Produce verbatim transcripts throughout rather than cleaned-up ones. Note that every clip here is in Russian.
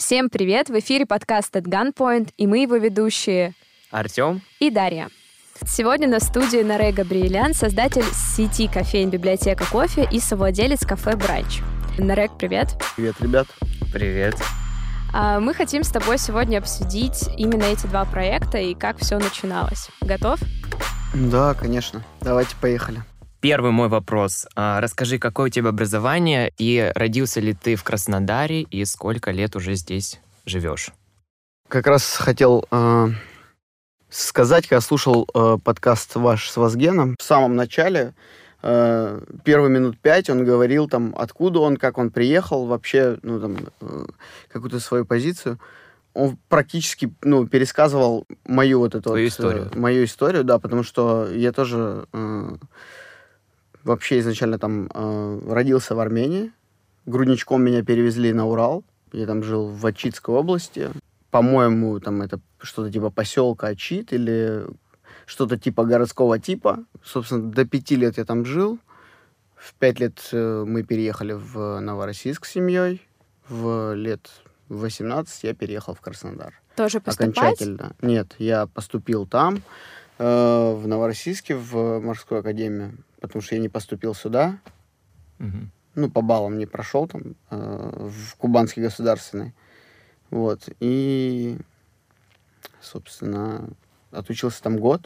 Всем привет! В эфире подкаст at Gunpoint, и мы его ведущие Артем и Дарья. Сегодня на студии Нарей Габриэлян, создатель сети кофеин «Библиотека кофе» и совладелец кафе «Бранч». Нарек, привет! Привет, ребят! Привет! Мы хотим с тобой сегодня обсудить именно эти два проекта и как все начиналось. Готов? Да, конечно. Давайте, поехали. Первый мой вопрос. Расскажи, какое у тебя образование, и родился ли ты в Краснодаре, и сколько лет уже здесь живешь? Как раз хотел э, сказать, когда слушал э, подкаст ваш с Вазгеном, в самом начале, э, первые минут пять он говорил, там, откуда он, как он приехал, вообще, ну, там, э, какую-то свою позицию. Он практически, ну, пересказывал мою вот эту... Твою вот, историю. Э, мою историю, да, потому что я тоже... Э, Вообще изначально там э, родился в Армении. Грудничком меня перевезли на Урал. Я там жил в Ачитской области. По-моему, там это что-то типа поселка Ачит или что-то типа городского типа. Собственно, до пяти лет я там жил. В пять лет э, мы переехали в Новороссийск с семьей. В лет восемнадцать я переехал в Краснодар. Тоже поступать? Окончательно. Нет, я поступил там, э, в Новороссийске, в морскую академию. Потому что я не поступил сюда. Угу. Ну, по баллам не прошел там, э, в Кубанский государственный. Вот. И, собственно, отучился там год.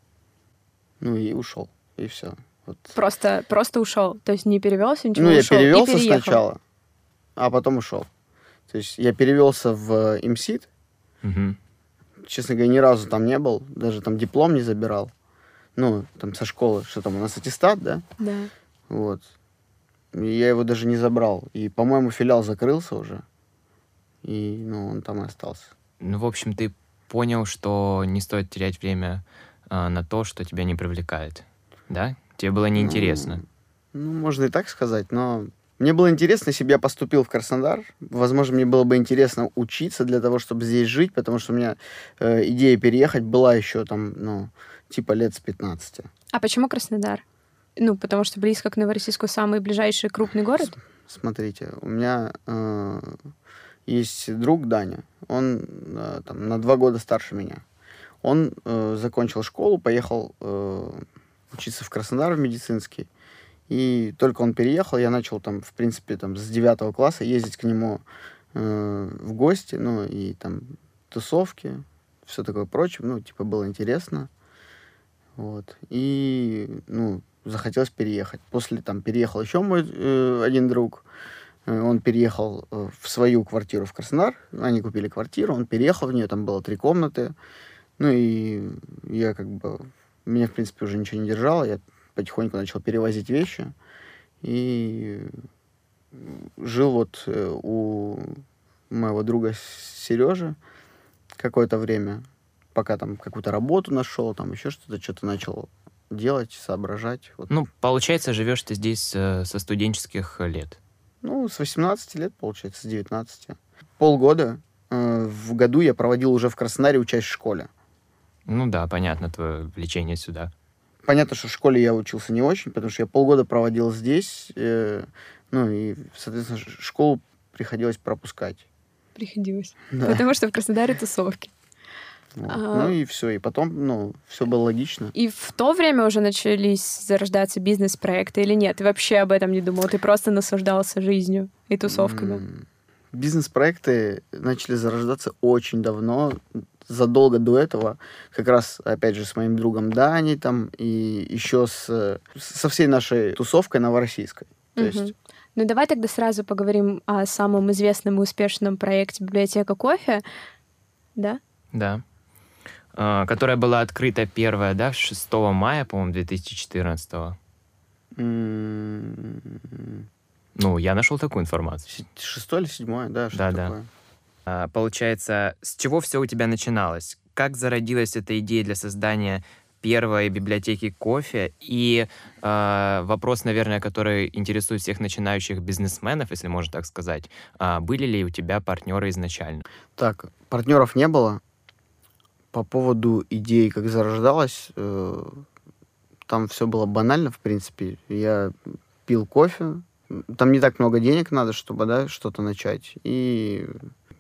Ну, и ушел. И все. Вот. Просто, просто ушел? То есть не перевелся, ничего, Ну, я ушел перевелся и переехал. сначала, а потом ушел. То есть я перевелся в ИМСИТ. Угу. Честно говоря, ни разу там не был. Даже там диплом не забирал. Ну, там со школы, что там у нас аттестат, да? Да. Вот. И я его даже не забрал. И, по-моему, филиал закрылся уже. И, ну, он там и остался. Ну, в общем, ты понял, что не стоит терять время а, на то, что тебя не привлекает, да? Тебе было неинтересно. Ну, ну, можно и так сказать, но мне было интересно, если бы я поступил в Краснодар. Возможно, мне было бы интересно учиться для того, чтобы здесь жить, потому что у меня э, идея переехать была еще там, ну, типа лет с пятнадцати. А почему Краснодар? Ну, потому что близко к Новороссийску, самый ближайший крупный город? С- смотрите, у меня э, есть друг Даня. Он э, там, на два года старше меня. Он э, закончил школу, поехал э, учиться в Краснодар в медицинский. И только он переехал, я начал там, в принципе, там, с девятого класса ездить к нему э, в гости, ну, и там тусовки, все такое прочее. Ну, типа, было интересно. Вот. И, ну, захотелось переехать. После там переехал еще мой э, один друг. Э, он переехал э, в свою квартиру в Краснодар. Они купили квартиру, он переехал в нее, там было три комнаты. Ну и я как бы... Меня, в принципе, уже ничего не держало. Я потихоньку начал перевозить вещи. И жил вот э, у моего друга Сережи какое-то время, пока там какую-то работу нашел, там еще что-то, что-то начал делать, соображать. Вот. Ну, получается, живешь ты здесь э, со студенческих лет. Ну, с восемнадцати лет, получается, с девятнадцати. Полгода э, в году я проводил уже в Краснодаре, учась в школе. Ну да, понятно, твое влечение сюда. Понятно, что в школе я учился не очень, потому что я полгода проводил здесь, э, ну и, соответственно, ш- школу приходилось пропускать. Приходилось. Да. Потому что в Краснодаре тусовки. Вот. А. Ну и все, и потом, ну, все было логично. И в то время уже начались зарождаться бизнес-проекты или нет? Ты вообще об этом не думал? Ты просто наслаждался жизнью и тусовками? М, Бизнес-проекты начали зарождаться очень давно, задолго до этого, как раз, опять же, с моим другом Даней там, и еще с, со всей нашей тусовкой новороссийской. То Мгм. есть, Ну, давай тогда сразу поговорим о самом известном и успешном проекте «Библиотека кофе». Да? Да. А, которая была открыта первая, да, шестого мая, по-моему, две тысячи четырнадцатого. м, Ну, я нашел такую информацию. се- шестое или седьмое, да, что Да-да. такое. А, получается, с чего все у тебя начиналось? Как зародилась эта идея для создания первой библиотеки кофе? И э, вопрос, наверное, который интересует всех начинающих бизнесменов, если можно так сказать. А, были ли у тебя партнеры изначально? Так, партнеров не было. По поводу идеи, как зарождалась, э, там все было банально, в принципе. Я пил кофе. Там не так много денег надо, чтобы, да, что-то начать. И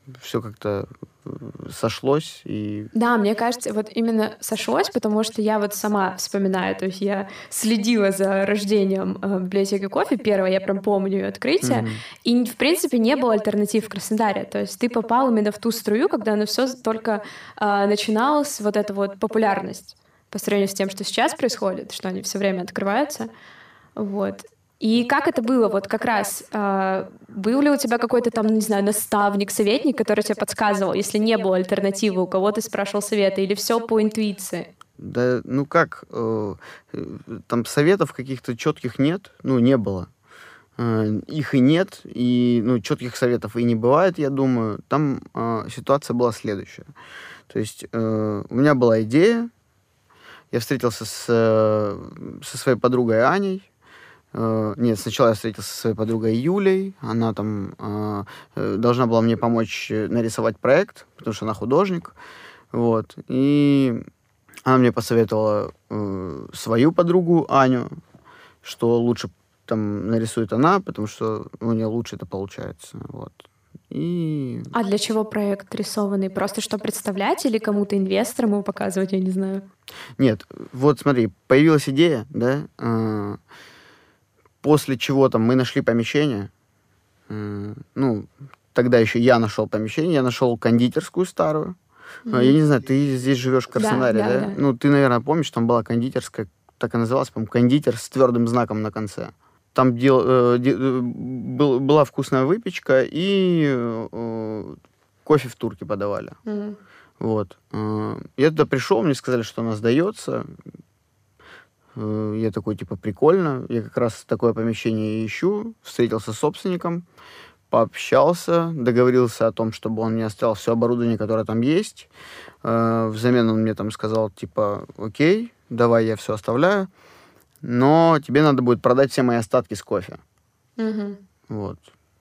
все как-то сошлось. И... Да, мне кажется, вот именно сошлось, потому что я вот сама вспоминаю, то есть я следила за рождением э, библиотеки кофе, первое, я прям помню ее открытие, mm-hmm. и, в принципе, не было альтернатив в Краснодаре, то есть ты попал именно в ту струю, когда оно все только э, начиналось, вот эта вот популярность по сравнению с тем, что сейчас происходит, что они все время открываются, вот. И как это было? Вот как раз э, был ли у тебя какой-то там, не знаю, наставник, советник, который тебе подсказывал, если не было альтернативы, у кого ты спрашивал совета, или все по интуиции? Да, ну как, э, там советов каких-то четких нет, ну не было. Э, их и нет, и ну, четких советов и не бывает, я думаю. Там э, ситуация была следующая. То есть э, у меня была идея, я встретился с, со своей подругой Аней. Uh, нет, сначала я встретился со своей подругой Юлей. Она там uh, должна была мне помочь нарисовать проект, потому что она художник. Вот. И она мне посоветовала uh, свою подругу Аню, что лучше там нарисует она, потому что у нее лучше это получается. Вот. И... А для чего проект рисованный? Просто что представлять или кому-то инвесторам его показывать, я не знаю? Нет, вот смотри, появилась идея, да, uh, после чего там мы нашли помещение. Ну, тогда еще я нашел помещение, я нашел кондитерскую старую. Mm-hmm. Я не знаю, ты здесь живешь в Краснодаре, да, да? да? Ну, ты, наверное, помнишь, там была кондитерская, так и называлась, по-моему, кондитер с твердым знаком на конце. Там дел, э, де, был, была вкусная выпечка и э, кофе в турке подавали. Mm-hmm. Вот. Я туда пришел, мне сказали, что она сдается. Я такой, типа, прикольно. Я как раз такое помещение ищу. Встретился с собственником, пообщался, договорился о том, чтобы он мне оставил все оборудование, которое там есть. Взамен он мне там сказал, типа, окей, давай я все оставляю, но тебе надо будет продать все мои остатки с кофе. Mm-hmm. Вот.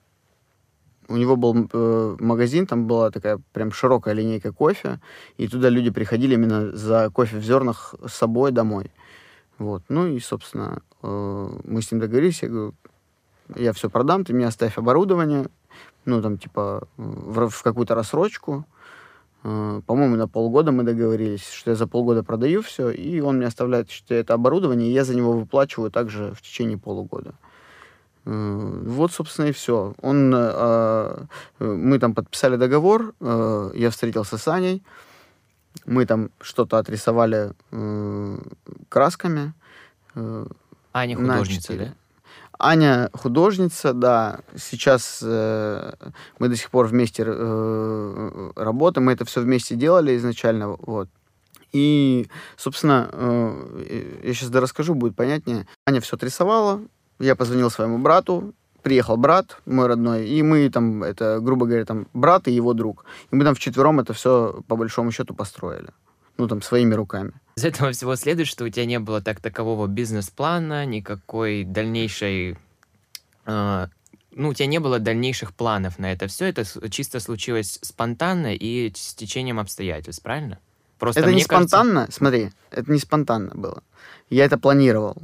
У него был э, магазин, там была такая прям широкая линейка кофе, и туда люди приходили именно за кофе в зернах с собой домой. Вот. Ну и, собственно, э, мы с ним договорились, я говорю, я все продам, ты мне оставь оборудование, ну, там, типа, в, в какую-то рассрочку. Э, по-моему, на полгода мы договорились, что я за полгода продаю все, и он мне оставляет что это оборудование, и я за него выплачиваю также в течение полугода. Э, вот, собственно, и все. Он, э, э, мы там подписали договор, э, я встретился с Аней, мы там что-то отрисовали э, красками. Э, Аня художница, да? Аня художница, да. Сейчас э, мы до сих пор вместе э, работаем. Мы это все вместе делали изначально. Вот. И, собственно, э, я сейчас дорасскажу, будет понятнее. Аня все отрисовала. Я позвонил своему брату. Приехал брат мой родной, и мы там, это, грубо говоря, там, брат и его друг. И мы там вчетвером это все, по большому счету, построили. Ну, там, своими руками. Из этого всего следует, что у тебя не было так такового бизнес-плана, никакой дальнейшей... Э, ну, у тебя не было дальнейших планов на это все. Это чисто случилось спонтанно и с течением обстоятельств, правильно? Просто это не кажется... спонтанно, смотри, это не спонтанно было. Я это планировал.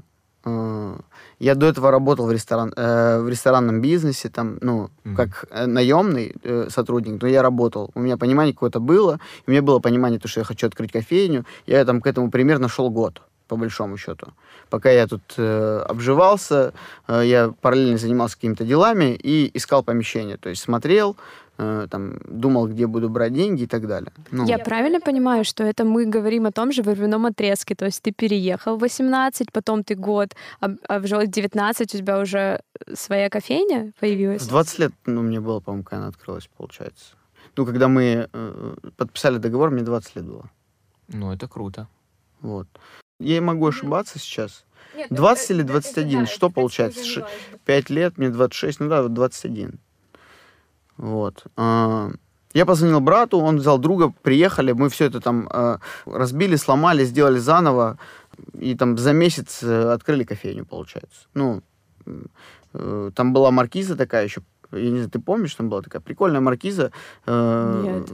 Я до этого работал в, ресторан, э, в ресторанном бизнесе, там, ну, mm-hmm. как э, наемный э, сотрудник, но я работал. У меня понимание какое-то было, у меня было понимание, то, что я хочу открыть кофейню. Я там к этому примерно шел год, по большому счету. Пока я тут э, обживался, э, я параллельно занимался какими-то делами и искал помещение. То есть смотрел, э, там, думал, где буду брать деньги и так далее. Ну. Я правильно понимаю, что это мы говорим о том же временном отрезке? То есть ты переехал в восемнадцать, потом ты год, а в девятнадцать у тебя уже своя кофейня появилась? В двадцать лет, ну, мне было, по-моему, когда она открылась, получается. Ну, когда мы э, подписали договор, мне двадцать лет было. Ну, это круто. Вот. Я могу ошибаться сейчас. Нет, двадцать это, или двадцать один? Это, да, что это, получается? Ш... пять лет, мне двадцать шесть, ну да, вот двадцать один. Вот. Я позвонил брату, он взял друга, приехали, мы все это там разбили, сломали, сделали заново, и там за месяц открыли кофейню, получается. Ну, там была маркиза такая еще, я не знаю, ты помнишь, там была такая прикольная маркиза. Нет.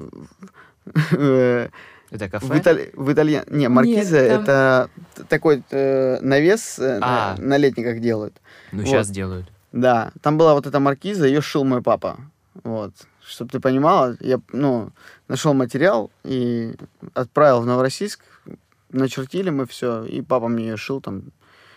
Это кафе? В, Итали... в Итальян... Не, маркиза Нет, там... это такой э, навес э, на, на летниках делают. Ну, вот. Сейчас делают. Да, там была вот эта маркиза, ее шил мой папа. Вот. чтобы ты понимала, я, ну, нашел материал и отправил в Новороссийск, начертили мы все, и папа мне ее шил там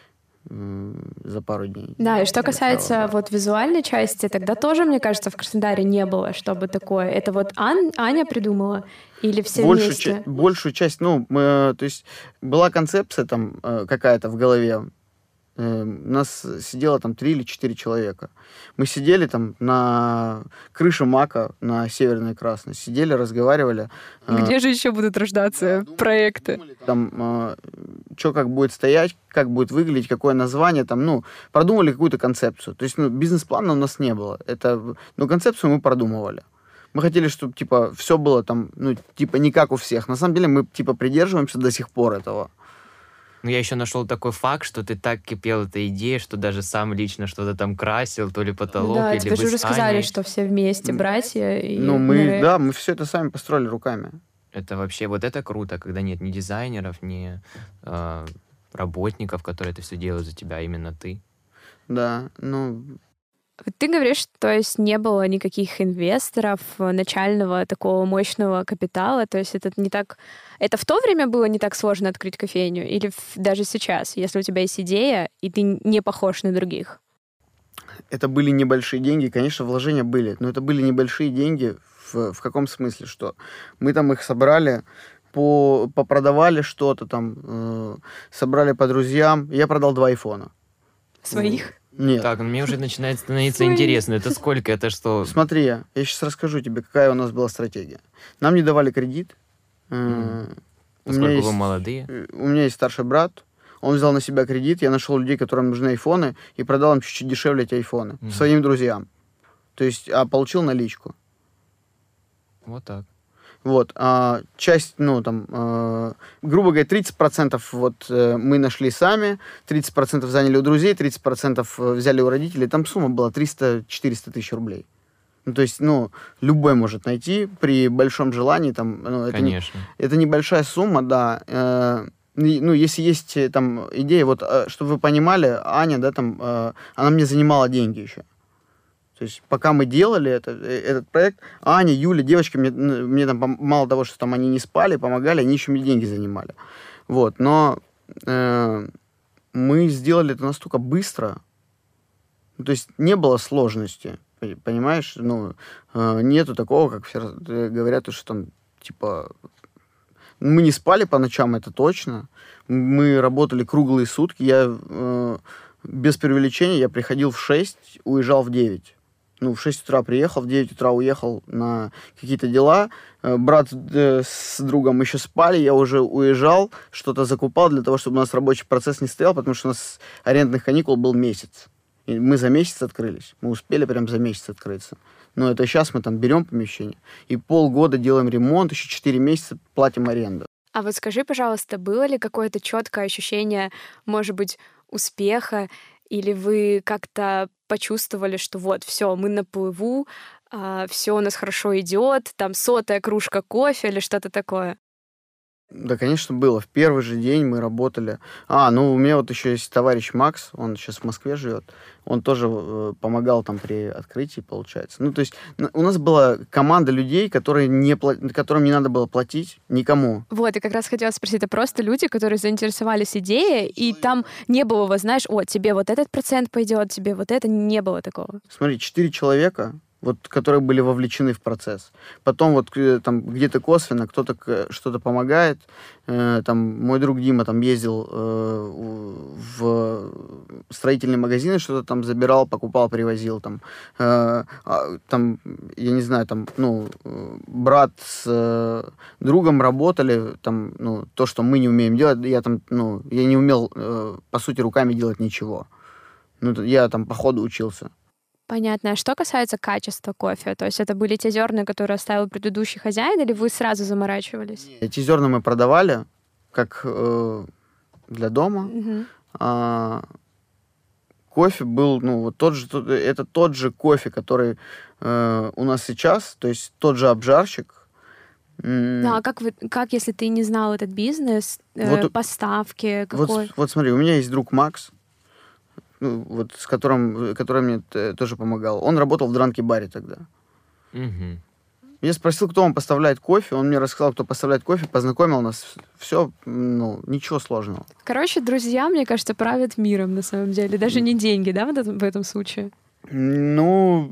за пару дней. Да, и что касается вот визуальной части, тогда тоже, мне кажется, в Краснодаре не было, чтобы такое. Это вот Ан- Аня придумала или все большую вместе? Ча- большую часть, ну, мы, то есть была концепция там какая-то в голове. У нас сидело там три или четыре человека. Мы сидели там на крыше Мака на Северной Красной, сидели, разговаривали. Где же еще будут рождаться да, проекты? Думали, там, что как будет стоять, как будет выглядеть, какое название, там, ну, продумали какую-то концепцию. То есть, ну, бизнес-плана у нас не было. Это, ну, концепцию мы продумывали. Мы хотели, чтобы, типа, все было там, ну, типа, не как у всех. На самом деле мы, типа, придерживаемся до сих пор этого. Ну, я еще нашел такой факт, что ты так кипел этой идеей, что даже сам лично что-то там красил, то ли потолок, Да, или тебе же уже с Аней. сказали, что все вместе, братья и Ну, мы, Мирей. да, мы все это сами построили руками. Это вообще, вот это круто, когда нет ни дизайнеров, ни э, работников, которые это все делают за тебя, а именно ты. Да, ну, Ты говоришь, то есть не было никаких инвесторов, начального такого мощного капитала, то есть это не так... Это в то время было не так сложно открыть кофейню? Или в- даже сейчас, если у тебя есть идея, и ты не похож на других? это были небольшие деньги, конечно, вложения были, но это были небольшие деньги в, в каком смысле, что мы там их собрали, по, попродавали что-то там, э, собрали по друзьям, я продал два айфона. Своих? Нет. Так, ну, мне уже начинает становиться Свои. интересно. Это сколько? Это что? Смотри, я сейчас расскажу тебе, какая у нас была стратегия. Нам не давали кредит. Э, Мгм. у меня Поскольку вы есть- молодые. э, У меня есть старший брат, он взял на себя кредит, я нашел людей, которым нужны айфоны, и продал им чуть-чуть дешевле эти айфоны Мгм. своим друзьям. То есть, а получил наличку. Вот так. Вот, а часть, ну, там, э, грубо говоря, тридцать процентов вот э, мы нашли сами, тридцать процентов заняли у друзей, тридцать процентов взяли у родителей. Там сумма была триста-четыреста тысяч рублей. Ну, то есть, ну, любой может найти при большом желании, там, ну, это, не- Конечно. это небольшая сумма, да. э, и, ну, если есть э, там идея, вот, э, чтобы вы понимали, Аня, да, там, э, она мне занимала деньги еще. То есть пока мы делали это, э, этот проект, Аня, Юля, девочки, мне, ну, мне там пом- мало того, что там они не спали, помогали, они еще мне деньги занимали. Вот, но э, мы сделали это настолько быстро, ну, то есть не было сложности, пон- понимаешь? Ну, э, нету такого, как все раз- э, говорят, что там, типа, мы не спали по ночам, это точно. Мы работали круглые сутки. Я э, без преувеличения, я приходил в шесть, уезжал в девять. Ну, в шесть утра приехал, в девять утра уехал на какие-то дела. Э, брат э, с другом еще спали, я уже уезжал, что-то закупал для того, чтобы у нас рабочий процесс не стоял, потому что у нас арендных каникул был месяц. И мы за месяц открылись. Мы успели прям за месяц открыться. Но это сейчас мы там берем помещение и полгода делаем ремонт, еще четыре месяца платим аренду. А вот скажи, пожалуйста, было ли какое-то четкое ощущение, может быть, успеха, или вы как-то почувствовали, что вот, все, мы на плыву, все у нас хорошо идет, там сотая кружка кофе или что-то такое? Да, конечно, было. В первый же день мы работали. А, ну, у меня вот еще есть товарищ Макс, он сейчас в Москве живет. Он тоже э, помогал там при открытии, получается. Ну, то есть н- у нас была команда людей, которые не пла- которым не надо было платить никому. Вот, и как раз хотела спросить, это просто люди, которые заинтересовались идеей, и там не было, вот, знаешь, о, тебе вот этот процент пойдет, тебе вот это, не было такого. Смотри, четыре человека, вот, которые были вовлечены в процесс. Потом вот э, там где-то косвенно кто-то к- что-то помогает. Э, там мой друг Дима там ездил э, в в строительные магазины, что-то там забирал, покупал, привозил. Там, Э, а, там я не знаю, там, ну, э, брат с э, другом работали, там, ну, то, что мы не умеем делать, я там, ну, я не умел, э, по сути, руками делать ничего. Ну, т- я там по ходу учился. Понятно. А что касается качества кофе, то есть это были те зерна, которые оставил предыдущий хозяин, или вы сразу заморачивались? Эти зерна мы продавали как э, для дома. Мгм. А кофе был, ну, вот тот же, тот- это тот же кофе, который э, у нас сейчас, то есть тот же обжарщик. М, Ну, а как, вы, как, если ты не знал этот бизнес, э, Вот у- поставки, вот, какой? с- вот смотри, у меня есть друг Макс, ну, вот с которым, который мне т- тоже помогал. Он работал в дранке-баре тогда. Мгм. Я спросил, кто вам поставляет кофе, он мне рассказал, кто поставляет кофе, познакомил нас, все, ну, ничего сложного. Короче, друзья, мне кажется, правят миром на самом деле. Даже не деньги, да, в этом, в этом случае? Ну,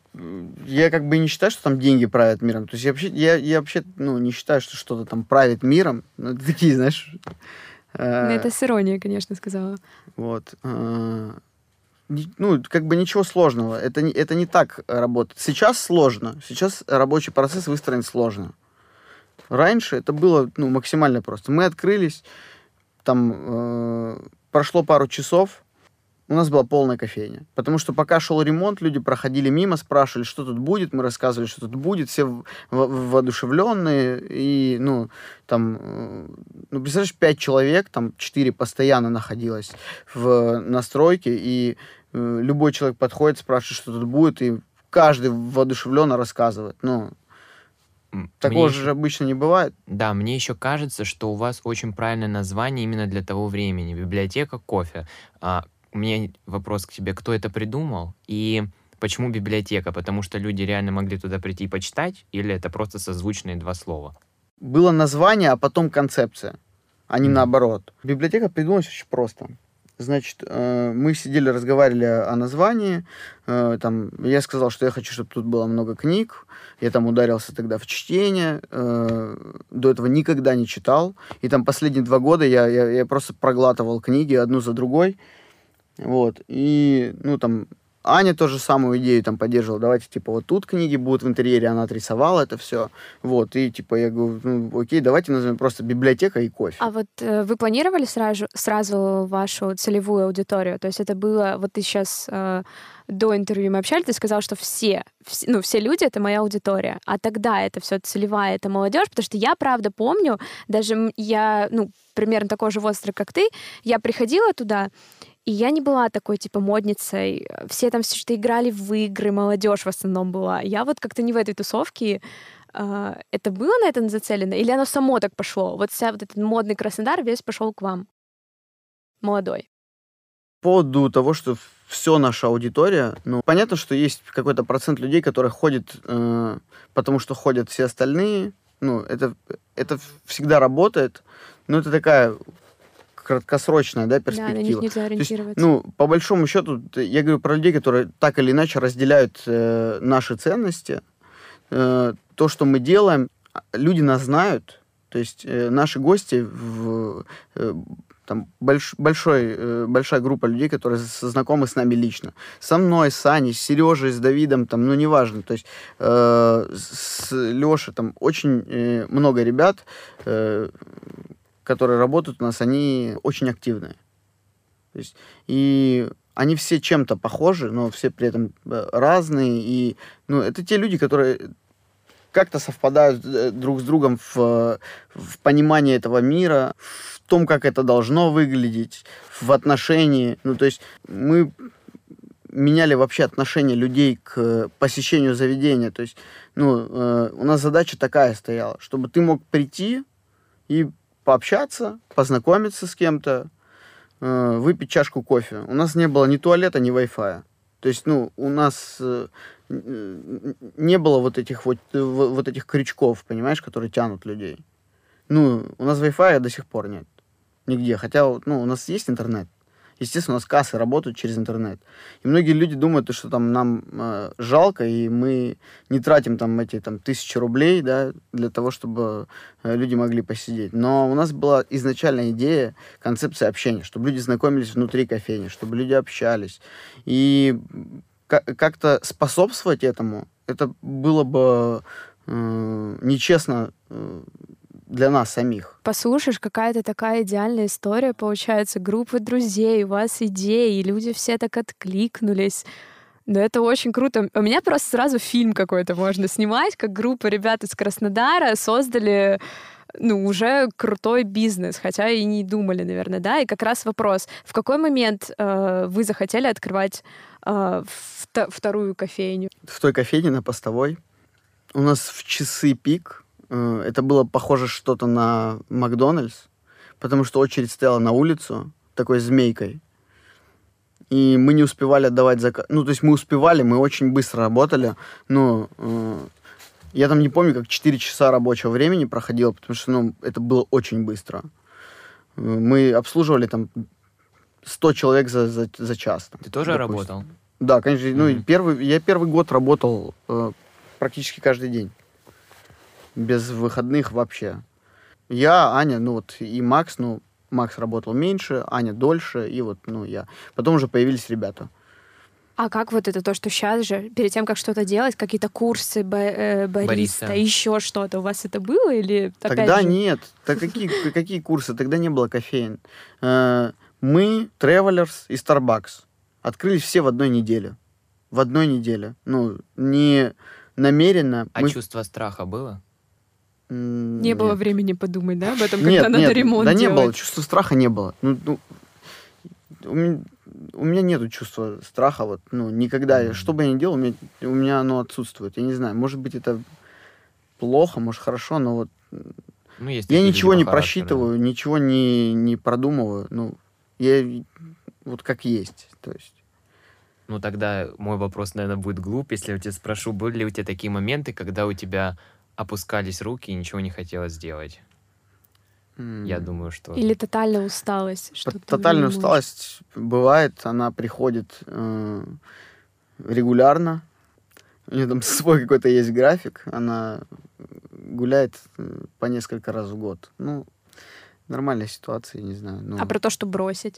я как бы не считаю, что там деньги правят миром. То есть я вообще, я, я вообще ну, не считаю, что что-то там правит миром. Ну, это такие, знаешь... э, Ну, это с иронией, конечно, сказала. Вот. э, не- ну, как бы ничего сложного. Это не, это не так работает. Сейчас сложно. Сейчас рабочий процесс выстроен сложно. Раньше это было ну, максимально просто. Мы открылись, там э, прошло пару часов, у нас была полная кофейня. Потому что пока шел ремонт, люди проходили мимо, спрашивали, что тут будет, мы рассказывали, что тут будет, все в- в- воодушевленные. И, ну, там, э, ну, представляешь, пять человек, там, четыре постоянно находилось в настройке, и э, любой человек подходит, спрашивает, что тут будет, и каждый воодушевленно рассказывает. Ну, М, такого Мне же еще, обычно не бывает. да, мне еще кажется, что у вас очень правильное название именно для того времени. Библиотека кофе. А, у меня вопрос к тебе. Кто это придумал? И почему библиотека? Потому что люди реально могли туда прийти и почитать? Или это просто созвучные два слова? Было название, а потом концепция, а не Мгм. наоборот. Библиотека придумалась очень просто. Значит, э, мы сидели, разговаривали о названии. э, Там, я сказал, что я хочу, чтобы тут было много книг. Я там ударился тогда в чтение. э, До этого никогда не читал. И там последние два года я, я, я просто проглатывал книги одну за другой. Вот. И, ну, там, Аня тоже самую идею там поддерживала. Давайте, типа, вот тут книги будут в интерьере. Она отрисовала это все. Вот. И, типа, я говорю, ну, окей, давайте назовем просто библиотека и кофе. А вот э, вы планировали сразу, сразу вашу целевую аудиторию? То есть это было, вот ты сейчас э, до интервью мы общались, ты сказал, что все, вс- ну, все люди — это моя аудитория. А тогда это все целевая, это молодежь, потому что я, правда, помню, даже м- я, ну, примерно такого же возраста, как ты, я приходила туда, и я не была такой, типа, модницей. Все там все что играли в игры, молодежь в основном была. Я вот как-то не в этой тусовке. А, Это было на это зацелено? Или оно само так пошло? Вот вся вот этот модный Краснодар весь пошел к вам, молодой. По поводу того, что все наша аудитория, ну, понятно, что есть какой-то процент людей, которые ходят, э, потому что ходят все остальные. Ну, это, это всегда работает, но это такая краткосрочная, да, Да, на них перспектива. нельзя То есть, ориентироваться. ну, по большому счету, т- я говорю про людей, которые так или иначе разделяют э, наши ценности, э, то, что мы делаем, а, люди нас знают, то есть э, наши гости, в, э, там больш, большой, э, большая группа людей, которые с- знакомы с нами лично. Со мной, с Аней, с Сережей, с Давидом, там, ну, неважно. То есть э, с Лешей, там, очень э, много ребят, э, которые работают у нас, они очень активные. То есть, и они все чем-то похожи, но все при этом э, разные. И, ну, это те люди, которые как-то совпадают э, друг с другом в, э, в понимании этого мира, в том, как это должно выглядеть, в отношении. Ну, то есть мы меняли вообще отношение людей к посещению заведения. То есть, ну, э, у нас задача такая стояла, чтобы ты мог прийти и пообщаться, познакомиться с кем-то, э, выпить чашку кофе. У нас не было ни туалета, ни Wi-Fi. То есть, ну, у нас э, н- не было вот этих вот, э, во- вот этих крючков, понимаешь, которые тянут людей. Ну, у нас Wi-Fi до сих пор нет. Нигде. Хотя, вот, ну, у нас есть интернет. Естественно, у нас кассы работают через интернет. И многие люди думают, что там нам э, жалко, и мы не тратим там эти там, тысячи рублей, да, для того, чтобы э, люди могли посидеть. Но у нас была изначальная идея, концепция общения, чтобы люди знакомились внутри кофейни, чтобы люди общались. И ка- как-то способствовать этому, это было бы э, нечестно э, для нас самих. Послушаешь, какая-то такая идеальная история, получается, группы друзей, у вас идеи, и люди все так откликнулись. Да, это очень круто. У меня просто сразу фильм какой-то можно снимать, как группа ребят из Краснодара создали, ну, уже крутой бизнес, хотя и не думали, наверное, да. И как раз вопрос, в какой момент э, вы захотели открывать э, вто- вторую кофейню? В той кофейне на Постовой у нас в часы пик э, это было похоже что-то на Макдональдс, потому что очередь стояла на улицу такой змейкой. и мы не успевали отдавать заказ. Ну, то есть мы успевали, мы очень быстро работали, но э, я там не помню, как четыре часа рабочего времени проходило, потому что, ну, это было очень быстро. Мы обслуживали там сто человек за, за, за час. Там, Ты тоже допустим. работал? Да, конечно. Mm-hmm. Ну, первый, я первый год работал э, практически каждый день. Без выходных вообще. Я, Аня, ну вот, и Макс, ну, Макс работал меньше, Аня дольше, и вот, ну, я. Потом уже появились ребята. А как вот это то, что сейчас же, перед тем, как что-то делать, какие-то курсы, ба- э, бариста, Бариста. еще что-то, у вас это было или опять Тогда же... нет. Так какие, какие курсы? Тогда не было кофеин. Э, Мы, Travelers и Starbucks открылись все в одной неделе. В одной неделе. Ну, не намеренно. А мы... чувство страха было? М, Не было нет. времени подумать, да, об этом, Нет, когда надо нет, ремонт да не делать? было, чувства страха не было. Ну, ну, у, меня, у меня нету чувства страха, вот, ну, никогда. Mm-hmm. Что бы я ни делал, у меня, у меня оно отсутствует. Я не знаю, может быть, это плохо, может, хорошо, но вот Ну, есть я такие ничего люди не по характеру. просчитываю, ничего не, не продумываю. Ну, я вот как есть, то есть. Ну, тогда мой вопрос, наверное, будет глуп, если я тебя спрошу, были ли у тебя такие моменты, когда у тебя опускались руки и ничего не хотелось сделать? м, Я думаю, что... Или тотальная усталость? Что ты уже Тотальная не можешь? усталость бывает, она приходит э, регулярно. У нее там свой какой-то есть график, она гуляет э, по несколько раз в год. Ну, нормальная ситуация, не знаю. Ну, А про то, что бросить?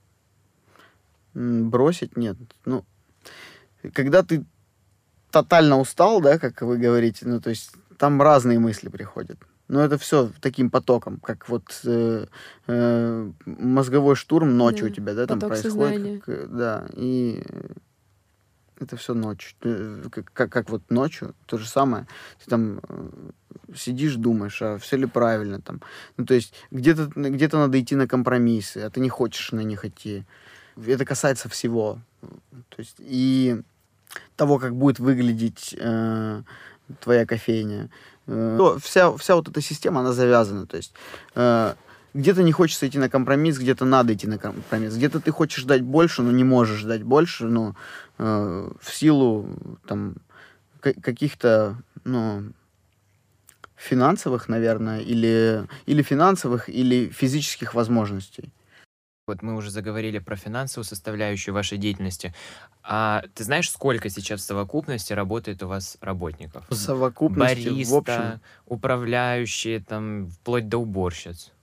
м, бросить нет. Ну, когда ты тотально устал, да, как вы говорите, ну, то есть там разные мысли приходят. Но это все таким потоком, как вот э, э, мозговой штурм ночью Да, у тебя, да, там поток происходит. сознания. Как, э, да, и это все ночь. Э, Как, как, как вот ночью, то же самое. Ты там э, сидишь, думаешь, а все ли правильно там. Ну, то есть где-то, где-то надо идти на компромиссы, а ты не хочешь на них идти. Это касается всего. То есть и того, как будет выглядеть э, твоя кофейня. Э, то вся, вся вот эта система, она завязана. То есть э, где-то не хочется идти на компромисс, где-то надо идти на компромисс. Где-то ты хочешь дать больше, но не можешь дать больше, ну, э, в силу там к- каких-то, ну, финансовых, наверное, или, или финансовых, или физических возможностей. Вот мы уже заговорили про финансовую составляющую вашей деятельности. А ты знаешь, сколько сейчас в совокупности работает у вас работников? В совокупности, Бариста, в общем, управляющие, там, вплоть до уборщиц.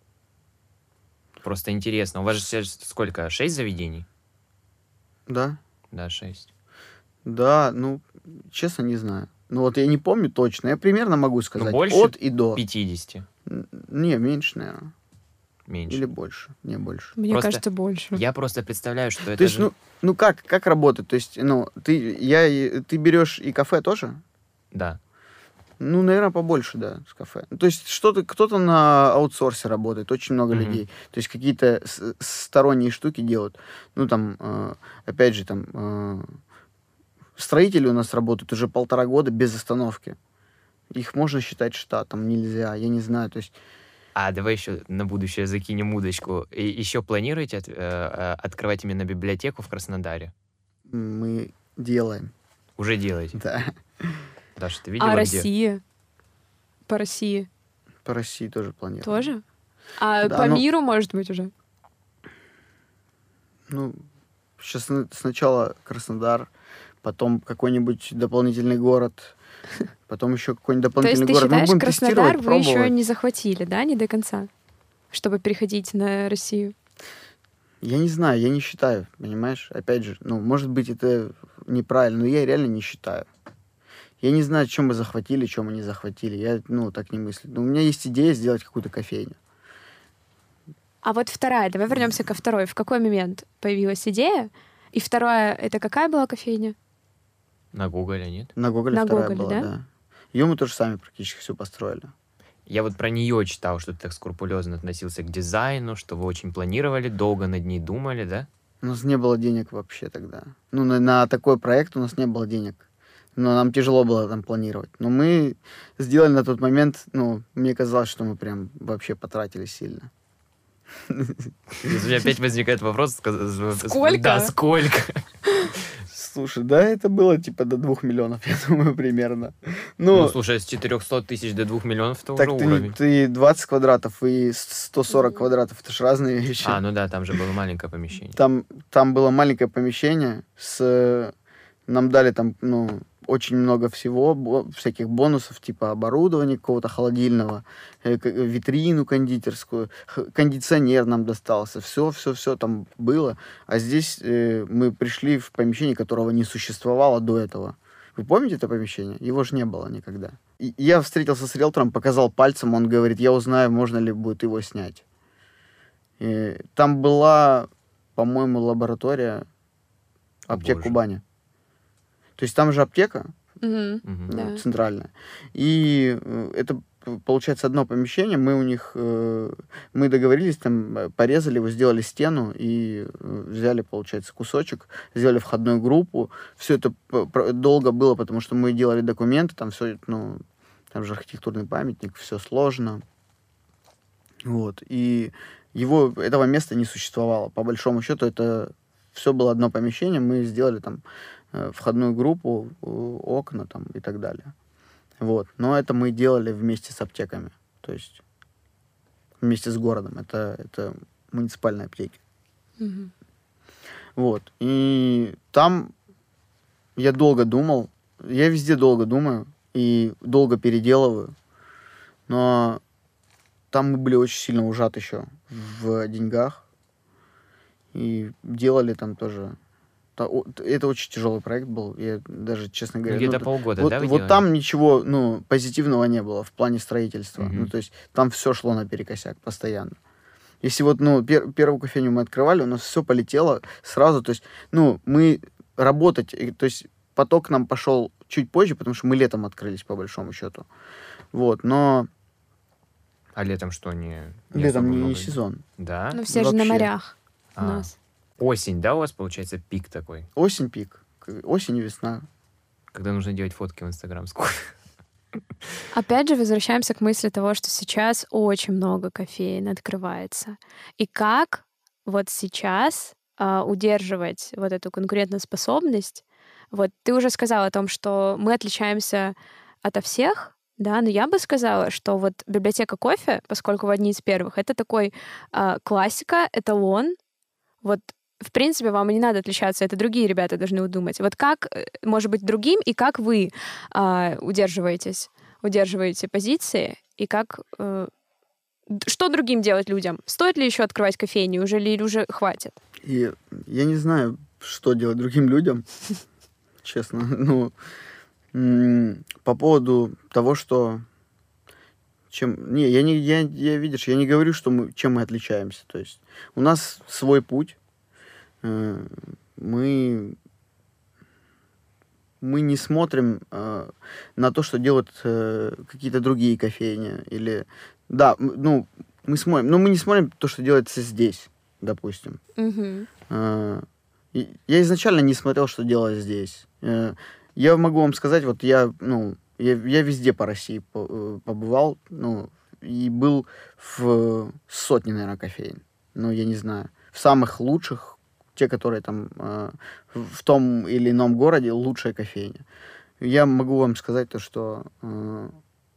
Просто интересно. У вас же сейчас сколько? Шесть заведений? да. Да, шесть. Да, ну, честно, не знаю. Ну, вот я не помню точно. Я примерно могу сказать. больше От и до. пятьдесят. Н- Не, меньше, наверное. Меньше. Или больше. Не больше. Мне Просто кажется, больше. Я просто представляю, что это То есть, же... ну, ну как, как работает? То есть, ну, ты, я, и- ты берешь и кафе тоже? Да. Ну, наверное, побольше, да, с кафе. То есть что-то, кто-то на аутсорсе работает, очень много Мгм. людей. То есть какие-то с- сторонние штуки делают. Ну, там, э, опять же, там, э, строители у нас работают уже полтора года без остановки. Их можно считать штатом, нельзя, я не знаю. То есть, А давай еще на будущее закинем удочку. И еще планируете от- э, э, открывать именно библиотеку в Краснодаре? мы делаем, Уже делаете? да. Даша, ты видела, А где? Россия? По России По России тоже планируем. тоже? А Да, по но- миру, может быть, уже? Ну, сейчас сначала Краснодар, потом какой-нибудь дополнительный город, потом еще какой-нибудь То есть дополнительный ты город. Мы считаешь, будем Краснодар тестировать, вы еще пробовать. не захватили, да, не до конца, чтобы переходить на Россию? Я не знаю, я не считаю, понимаешь? Опять же, ну, может быть, это неправильно, но я реально не считаю. Я не знаю, чем мы захватили, чем мы не захватили. Я, ну, так не мыслю. Но у меня есть идея сделать какую-то кофейню. А вот вторая, давай вернемся ко второй. В какой момент появилась идея? И вторая, это какая была кофейня? На Гугле, нет? На Гоголе На вторая Гоголе, была, да? да. Ее мы тоже сами практически все построили. Я вот про нее читал, что ты так скрупулезно относился к дизайну, что вы очень планировали, долго над ней думали, да? У нас не было денег вообще тогда. Ну, на, на такой проект у нас не было денег. Но нам тяжело было там планировать. Но мы сделали на тот момент, ну, мне казалось, что мы прям вообще потратили сильно. У меня опять возникает вопрос. Сколько? Да, сколько? Слушай, да, это было типа до двух миллионов, я думаю, примерно. Ну, ну слушай, с четырехсот тысяч до двух миллионов это так уже ты, уровень. ты двадцать квадратов и сто сорок квадратов, это же разные вещи. А, ну да, там же было маленькое помещение. Там, там было маленькое помещение, с... нам дали там, ну, очень много всего, бо... всяких бонусов, типа оборудования какого-то холодильного, э, витрину кондитерскую, х... кондиционер нам достался, все, все, все там было. А здесь э, мы пришли в помещение, которого не существовало до этого. Вы помните это помещение? Его же не было никогда. И я встретился с риэлтором, показал пальцем, он говорит, я узнаю, можно ли будет его снять. И там была, по-моему, лаборатория аптек Боже. Кубани. То есть там же аптека Мгм. Мгм. Да. э, центральная. И э, это, п- получается, одно помещение. Мы у них, э, мы договорились, там, э, порезали его, сделали стену и э, взяли, получается, кусочек, сделали входную группу. Все это п- про- долго было, потому что мы делали документы, там все, ну, там же архитектурный памятник, все сложно. Вот. И его, этого места не существовало. По большому счету, это все было одно помещение. Мы сделали там э, входную группу, э, окна там и так далее. Вот. Но это мы делали вместе с аптеками. То есть вместе с городом. Это, это муниципальные аптеки. Мгм. Вот. И там я долго думал. Я везде долго думаю и долго переделываю. Но там мы были очень сильно ужаты еще в деньгах. И делали там тоже... та- о- т- Это очень тяжелый проект был. Я даже, честно Ну, говоря... где-то т- полгода, вот, да, вы вот делали? там ничего, ну, позитивного не было в плане строительства. Мгм. Ну, то есть там все шло наперекосяк постоянно. Если вот, ну, пер- первую кофейню мы открывали, у нас все полетело сразу. То есть, ну, мы работать... и, То есть поток нам пошел чуть позже, потому что мы летом открылись, по большому счету. Вот, но А летом что, не, не летом особо не, много не людей? Да? Да? Ну, все же на Вообще. морях у А. нас. Осень, да, у вас получается пик такой? Осень пик. К- Осень и весна. Когда нужно делать фотки в Инстаграм с кофе. Опять же, возвращаемся к мысли того, что сейчас очень много кофеин открывается. И как вот сейчас а, удерживать вот эту конкурентоспособность? Вот ты уже сказала о том, что мы отличаемся ото всех, да, но я бы сказала, что вот библиотека кофе, поскольку вы одни из первых, это такой а, классика, эталон. Вот в принципе, вам и не надо отличаться, это другие ребята должны удумать. Вот как, э, может быть, другим, и как вы а, удерживаетесь, удерживаете позиции, и как... э, д- что другим делать людям? Стоит ли еще открывать кофейню, уже ли или уже хватит? И я не знаю, что делать другим людям, честно. Ну, м, по поводу того, что... Чем... Не, я не, я, я, видишь, я не говорю, что мы, чем мы отличаемся. То есть у нас свой путь. Э, Мы, мы не смотрим э, на то, что делают э, какие-то другие кофейни. Или... Да, м, ну, мы смотрим, но мы не смотрим то, что делается здесь, допустим. Мгм. Э, и Я изначально не смотрел, что делать здесь. Э, Я могу вам сказать, вот я, ну, я, я везде по России по- э, побывал, ну, и был в сотне, наверное, кофеин. Ну, я не знаю. В самых лучших, те, которые там э, в в том или ином городе, лучшая кофейня. Я могу вам сказать то, что, э,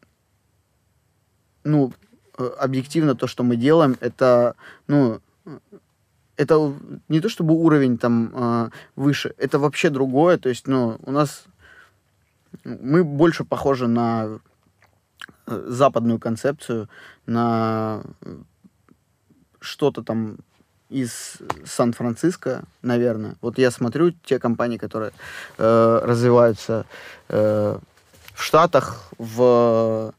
ну, э, объективно то, что мы делаем, это, ну, это у- не то чтобы уровень там э, выше, это вообще другое. То есть, ну, у нас мы больше похожи на э, западную концепцию, на э, что-то там из Сан-Франциско, наверное. Вот я смотрю те компании, которые э, развиваются э, в Штатах, в,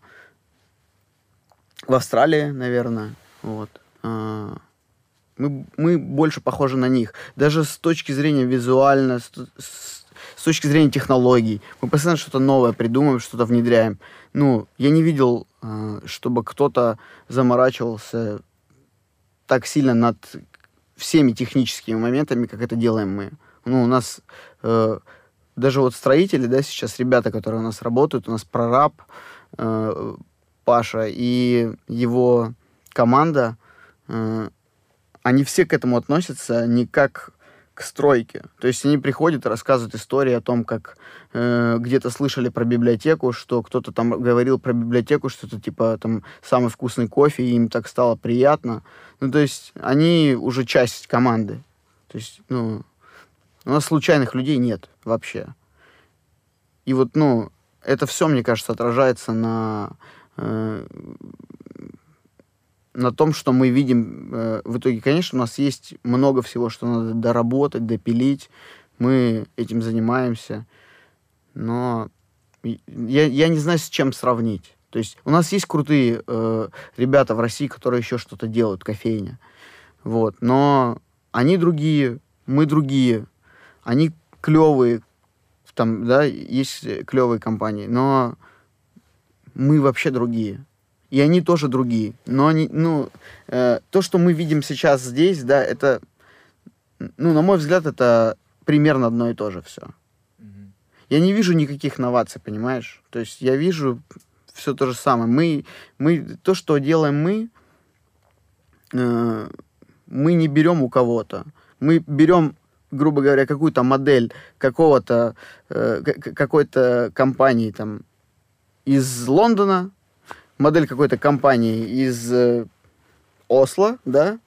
в Австралии, наверное. Вот. А, мы, мы больше похожи на них. Даже с точки зрения визуально, с, с- с точки зрения технологий. Мы постоянно что-то новое придумываем, что-то внедряем. Ну, я не видел, э, чтобы кто-то заморачивался так сильно над всеми техническими моментами, как это делаем мы. Ну, у нас э, даже вот строители, да, сейчас ребята, которые у нас работают, у нас прораб э, Паша и его команда, э, они все к этому относятся не как к стройке. То есть они приходят и рассказывают истории о том, как э, где-то слышали про библиотеку, что кто-то там говорил про библиотеку, что это типа там самый вкусный кофе, и им так стало приятно. Ну, то есть они уже часть команды. То есть, ну, у нас случайных людей нет вообще. И вот, ну, это все, мне кажется, отражается на... Э, на том, что мы видим э, в итоге. Конечно, у нас есть много всего, что надо доработать, допилить. Мы этим занимаемся. Но я, я не знаю, с чем сравнить. То есть у нас есть крутые э, ребята в России, которые еще что-то делают, кофейня. Вот. Но они другие, мы другие. Они клевые. Там, да, есть клевые компании. Но мы вообще другие. И они тоже другие. Но они, ну, э, то, что мы видим сейчас здесь, да, это, ну, на мой взгляд, это примерно одно и то же все. Mm-hmm. Я не вижу никаких новаций, понимаешь? То есть я вижу все то же самое. Мы, мы, то, что делаем мы, э, мы не берем у кого-то. Мы берем, грубо говоря, какую-то модель какого-то, э, какой-то компании там из Лондона, модель какой-то компании из э, Осло, да,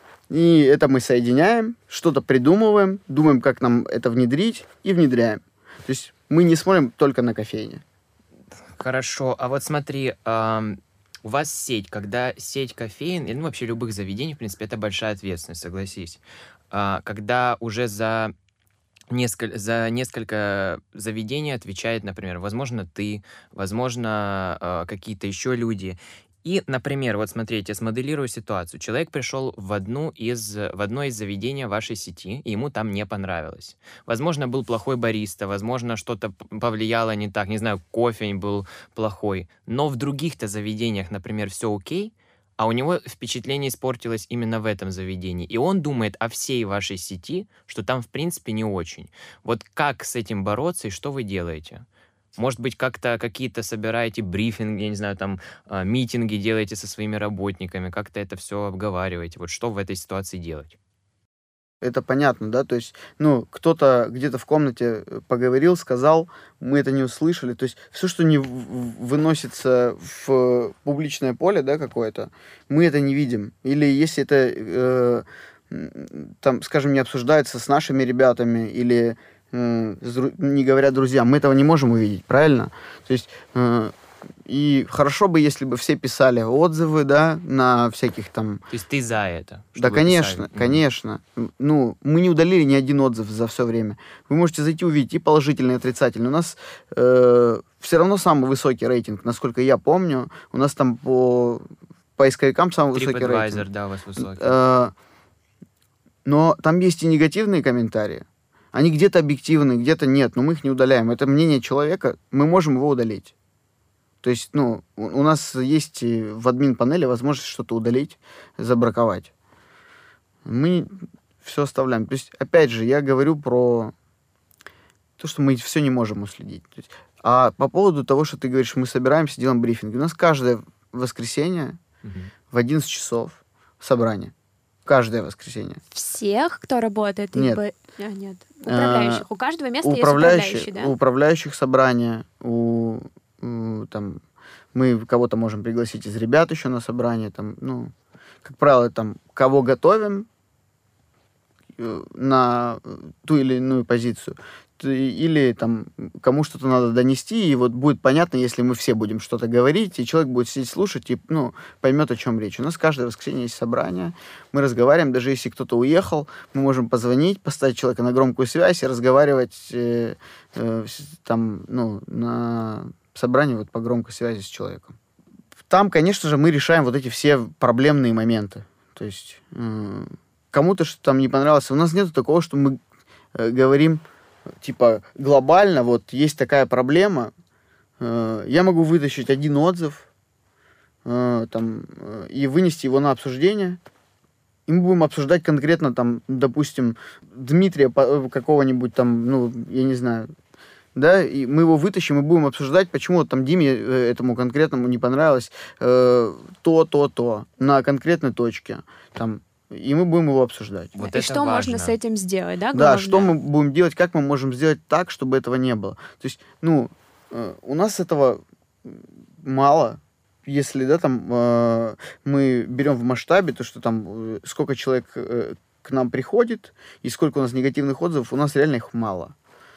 и это мы соединяем, что-то придумываем, думаем, как нам это внедрить, и внедряем. То есть мы не смотрим только на кофейни. Хорошо, а вот смотри, э, у вас сеть, когда сеть кофеин, или ну, вообще любых заведений, в принципе, это большая ответственность, согласись. Э, когда уже за... Несколько, за несколько заведений отвечает, например, возможно, ты, возможно, э, какие-то еще люди. И, например, вот смотрите, смоделирую ситуацию. Человек пришел в, одну из, в одно из заведений вашей сети, и ему там не понравилось. Возможно, был плохой бариста, возможно, что-то повлияло не так, не знаю, кофе был плохой. Но в других-то заведениях, например, все окей, а у него впечатление испортилось именно в этом заведении. И он думает о всей вашей сети, что там, в принципе, не очень. Вот как с этим бороться и что вы делаете? Может быть, как-то какие-то собираете брифинги, я не знаю, там, э, митинги делаете со своими работниками, как-то это все обговариваете. Вот что в этой ситуации делать? Это понятно, да, то есть, ну, кто-то где-то в комнате поговорил, сказал, мы это не услышали, то есть все, что не выносится в публичное поле, да, какое-то, мы это не видим, или если это, э, там, скажем, не обсуждается с нашими ребятами, или, э, не говоря друзьям, мы этого не можем увидеть, правильно? То есть... Э, И хорошо бы, если бы все писали отзывы, да, на всяких там... То есть ты за это? Да, конечно, писали? конечно. Mm-hmm. Ну, мы не удалили ни один отзыв за все время. Вы можете зайти увидеть и положительный, и отрицательный. У нас э, все равно самый высокий рейтинг, насколько я помню. У нас там по поисковикам самый высокий рейтинг. TripAdvisor, да, у вас высокий. Э, но там есть и негативные комментарии. Они где-то объективны, где-то нет, но мы их не удаляем. Это мнение человека, мы можем его удалить. То есть, ну, у нас есть в админ-панели возможность что-то удалить, забраковать. Мы все оставляем. То есть, опять же, я говорю про то, что мы все не можем уследить. То есть, а по поводу того, что ты говоришь, мы собираемся, делаем брифинг. У нас каждое воскресенье угу. в одиннадцать часов собрание. Каждое воскресенье. Всех, кто работает? Нет. Либо... А, нет. Управляющих. А, у каждого места управляющих, есть управляющий, да? У управляющих собрания, у... Там, мы кого-то можем пригласить из ребят еще на собрание, там, ну, как правило, там, кого готовим на ту или иную позицию, или там кому что-то надо донести, и вот будет понятно, если мы все будем что-то говорить, и человек будет сидеть слушать, и, ну, поймет, о чем речь. У нас каждое воскресенье есть собрание, мы разговариваем, даже если кто-то уехал, мы можем позвонить, поставить человека на громкую связь и разговаривать э, э, там, ну, на собрании вот по громкой связи с человеком. Там, конечно же, мы решаем вот эти все проблемные моменты. То есть э, кому-то что-то там не понравилось. У нас нет такого, что мы э, говорим типа глобально, вот есть такая проблема, э, я могу вытащить один отзыв э, там, э, и вынести его на обсуждение, и мы будем обсуждать конкретно там, допустим, Дмитрия какого-нибудь там, ну, я не знаю, да, и мы его вытащим и будем обсуждать, почему вот там Диме э, этому конкретному не понравилось э, то, то, то, на конкретной точке, там, и мы будем его обсуждать. Вот и это что важно. можно с этим сделать, да? Да, главное? что мы будем делать, как мы можем сделать так, чтобы этого не было. То есть, ну, э, у нас этого мало. Если, да, там э, мы берем в масштабе то, что там э, сколько человек э, к нам приходит и сколько у нас негативных отзывов, у нас реально их мало.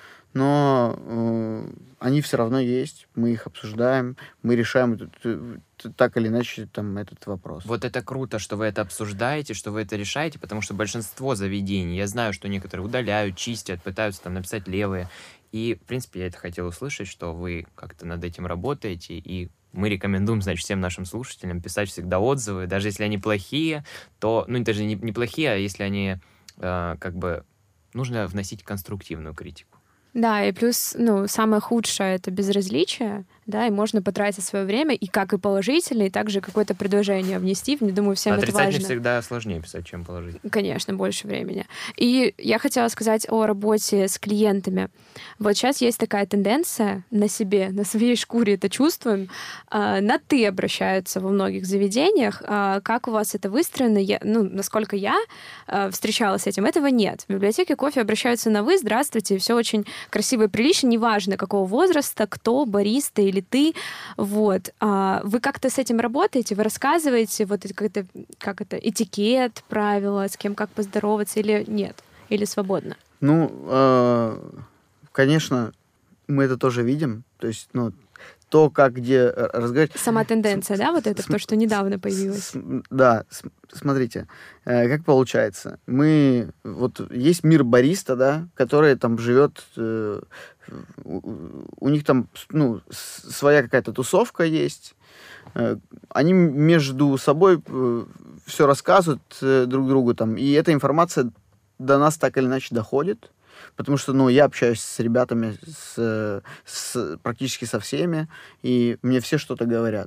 Но э, они все равно есть, мы их обсуждаем, мы решаем этот, э, так или иначе там, этот вопрос. Вот это круто, что вы это обсуждаете, что вы это решаете, потому что большинство заведений, я знаю, что некоторые удаляют, чистят, пытаются там написать левые. И, в принципе, я это хотел услышать, что вы как-то над этим работаете, и мы рекомендуем, значит, всем нашим слушателям писать всегда отзывы, даже если они плохие, то, ну, даже не, не плохие, а если они, э, как бы, нужно вносить конструктивную критику. Да, и плюс, ну, самое худшее — это безразличие, да, и можно потратить свое время, и как и положительное, и также какое-то предложение внести. Я думаю, всем это Отрицательно важно. всегда сложнее писать, чем положительно. Конечно, больше времени. И я хотела сказать о работе с клиентами. Вот сейчас есть такая тенденция на себе, на своей шкуре это чувствуем. э, На «ты» обращаются во многих заведениях. Э, Как у вас это выстроено? Я, ну, насколько я э, встречалась с этим, этого нет. В библиотеке кофе обращаются на «вы», «здравствуйте», все очень красиво и прилично, неважно, какого возраста, кто, бариста или ты. Вот. А вы как-то с этим работаете? Вы рассказываете вот это, как это, как это этикет, правила, с кем как поздороваться или нет? Или свободно? Ну, э, конечно, мы это тоже видим. То есть, ну, то, как где разговаривать. Сама тенденция, С- да, вот это, с- то, что недавно появилось? С- Да, с- смотрите, э, как получается. Мы, вот есть мир бариста, да, который там живет, э, у, у них там, ну, с- своя какая-то тусовка есть. Э, Они между собой все рассказывают э, друг другу там, и эта информация до нас так или иначе доходит. Потому что, ну, я общаюсь с ребятами, с, с, практически со всеми, и мне все что-то говорят.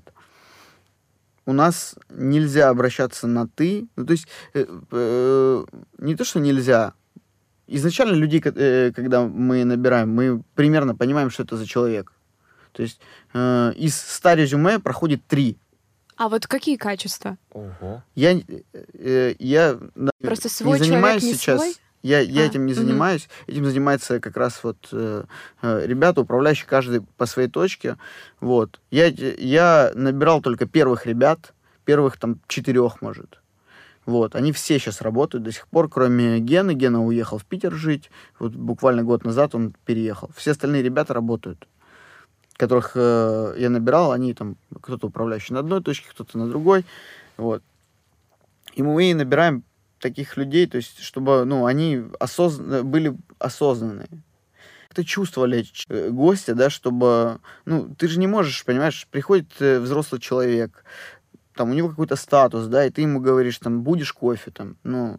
У нас нельзя обращаться на «ты». Ну, то есть, э, э, не то, что нельзя. Изначально людей, э, когда мы набираем, мы примерно понимаем, что это за человек. То есть, э, из ста резюме проходит три. А вот какие качества? Ого. Я, э, я да, Просто свой не занимаюсь человек, не сейчас. свой? Я, я А, этим не мгм. занимаюсь. Этим занимается как раз вот э, э, ребята, управляющие каждый по своей точке. Вот. Я, я набирал только первых ребят, первых там четырех, может. Вот. Они все сейчас работают до сих пор, кроме Гены. Гена уехал в Питер жить. Вот буквально год назад он переехал. Все остальные ребята работают, которых э, я набирал. Они там, кто-то управляющий на одной точке, кто-то на другой. Вот. И мы набираем таких людей, то есть, чтобы, ну, они осозна... были осознанные. Как-то чувствовали э, гостя, да, чтобы, ну, ты же не можешь, понимаешь, приходит э, взрослый человек, там, у него какой-то статус, да, и ты ему говоришь, там, будешь кофе, там, ну,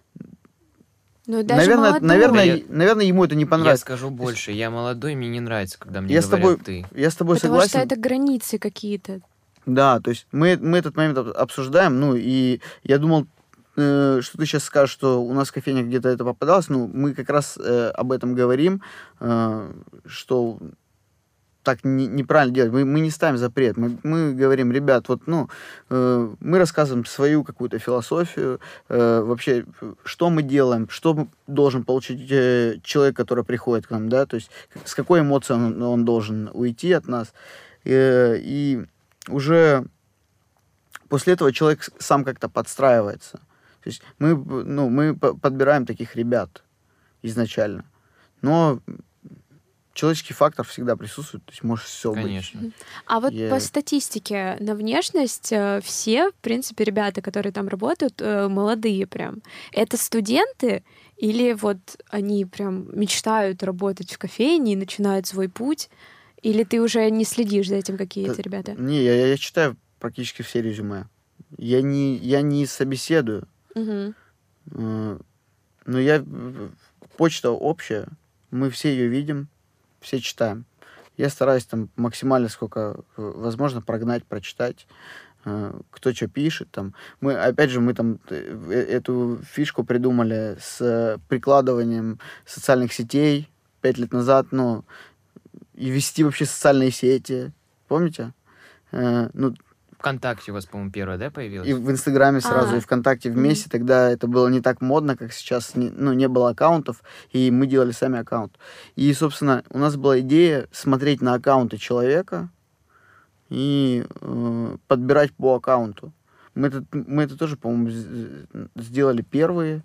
Ну, даже наверное, молодому. наверное, Я- и- наверное, ему это не Я понравится. скажу больше, я молодой, мне не нравится, когда мне Я с говорят тобой, «ты». я с тобой Потому согласен. что это границы какие-то. Да, то есть мы, мы этот момент об- обсуждаем, ну, и я думал, э, что ты сейчас скажешь, что у нас в кофейне где-то это попадалось, ну, мы как раз э, об этом говорим, э, что так не- неправильно делать, мы, мы не ставим запрет, мы, мы говорим, ребят, вот, ну, э, мы рассказываем свою какую-то философию, э, вообще, что мы делаем, что м- должен получить э, человек, который приходит к нам, да, то есть с какой эмоцией он, он должен уйти от нас, Э, и уже после этого человек с- сам как-то подстраивается. То есть мы, б- ну, мы п- подбираем таких ребят изначально. Но человеческий фактор всегда присутствует, то есть может все быть. Конечно. А вот Я- по статистике на внешность э, все, в принципе, ребята, которые там работают, э, молодые прям. Это студенты или вот они прям мечтают работать в кофейне и начинают свой путь? Или ты уже не следишь за этим, какие Да, эти ребята? Не, я, я читаю практически все резюме. Я не, я не собеседую, Мгм. э, но я э, почта общая, мы все ее видим, все читаем. Я стараюсь там максимально сколько э, возможно прогнать, прочитать, э, кто что пишет. Там. Мы, опять же, мы там э, э, эту фишку придумали с э, прикладыванием социальных сетей пять лет назад, ну, и вести вообще социальные сети. Помните? Э, ну, ВКонтакте у вас, по-моему, первая, да, появилась? И в Инстаграме сразу, А. и ВКонтакте вместе. Мгм. Тогда это было не так модно, как сейчас. Не- ну, не было аккаунтов, и мы делали сами аккаунт. И, собственно, у нас была идея смотреть на аккаунты человека и э, подбирать по аккаунту. Мы это, мы это тоже, по-моему, з- сделали первые.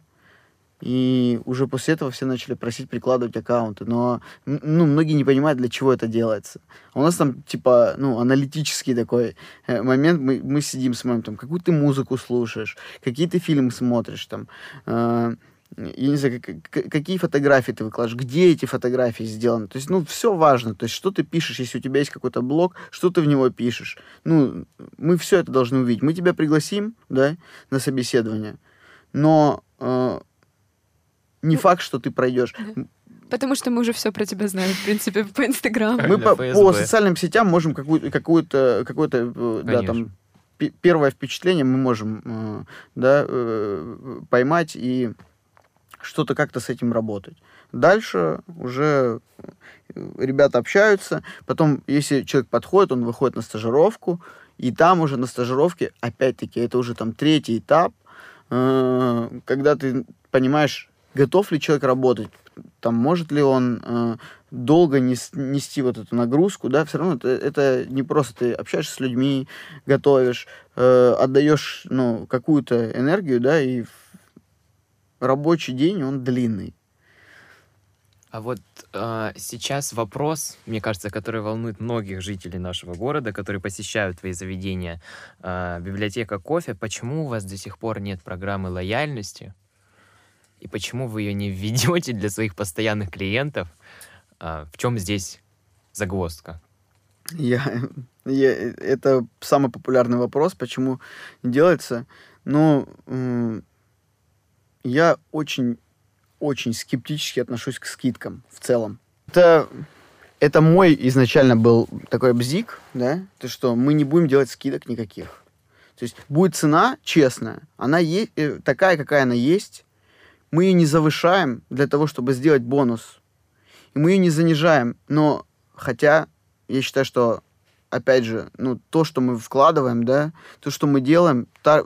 И уже после этого все начали просить прикладывать аккаунты. Но, м, ну, многие не понимают, для чего это делается. А у нас там, типа, ну, аналитический такой э, момент. Мы, мы сидим, смотрим, там, какую ты музыку слушаешь, какие ты фильмы смотришь, там, э, я не знаю, как- как- какие фотографии ты выкладываешь, где эти фотографии сделаны. То есть, ну, все важно. То есть, что ты пишешь, если у тебя есть какой-то блог, что ты в него пишешь. Ну, мы все это должны увидеть. Мы тебя пригласим, да, на собеседование, но... э, не Ну, факт, что ты пройдешь. да. Потому что мы уже все про тебя знаем, в принципе, по Инстаграму. Как Мы для по, ФСБ. по социальным сетям можем какую- какую-то, какое-то, э, да, Конечно. там, пе- первое впечатление мы можем, э, да, э, поймать и что-то как-то с этим работать. Дальше уже э, ребята общаются, потом, если человек подходит, он выходит на стажировку, и там уже на стажировке, опять-таки, это уже там третий этап, э, когда ты понимаешь, готов ли человек работать, там, может ли он э, долго нес- нести вот эту нагрузку, да, все равно это, это не просто ты общаешься с людьми, готовишь, э, отдаешь, ну, какую-то энергию, да, и в- рабочий день, он длинный. А вот а, сейчас вопрос, мне кажется, который волнует многих жителей нашего города, которые посещают твои заведения, а, библиотека кофе. Почему у вас до сих пор нет программы лояльности? И почему вы ее не введете для своих постоянных клиентов? А, в чем здесь загвоздка? Я, я, это самый популярный вопрос, почему не делается. Но м, я очень, очень скептически отношусь к скидкам в целом. Это, это мой изначально был такой бзик, да, то что мы не будем делать скидок никаких. То есть будет цена честная, она е- э, такая, какая она есть. Мы ее не завышаем для того, чтобы сделать бонус. И мы ее не занижаем. Но хотя я считаю, что, опять же, ну, то, что мы вкладываем, да, то, что мы делаем, та,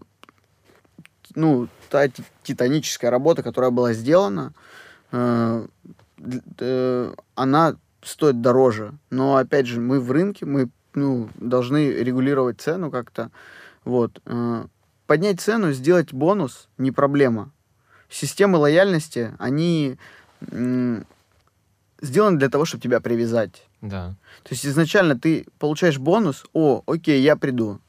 ну, та ти- титаническая работа, которая была сделана, э, д- э, она стоит дороже. Но, опять же, мы в рынке, мы, ну, должны регулировать цену как-то. Вот. Э, поднять цену, сделать бонус не проблема. Системы лояльности, они м, сделаны для того, чтобы тебя привязать. Да. То есть изначально ты получаешь бонус, о, окей, я приду.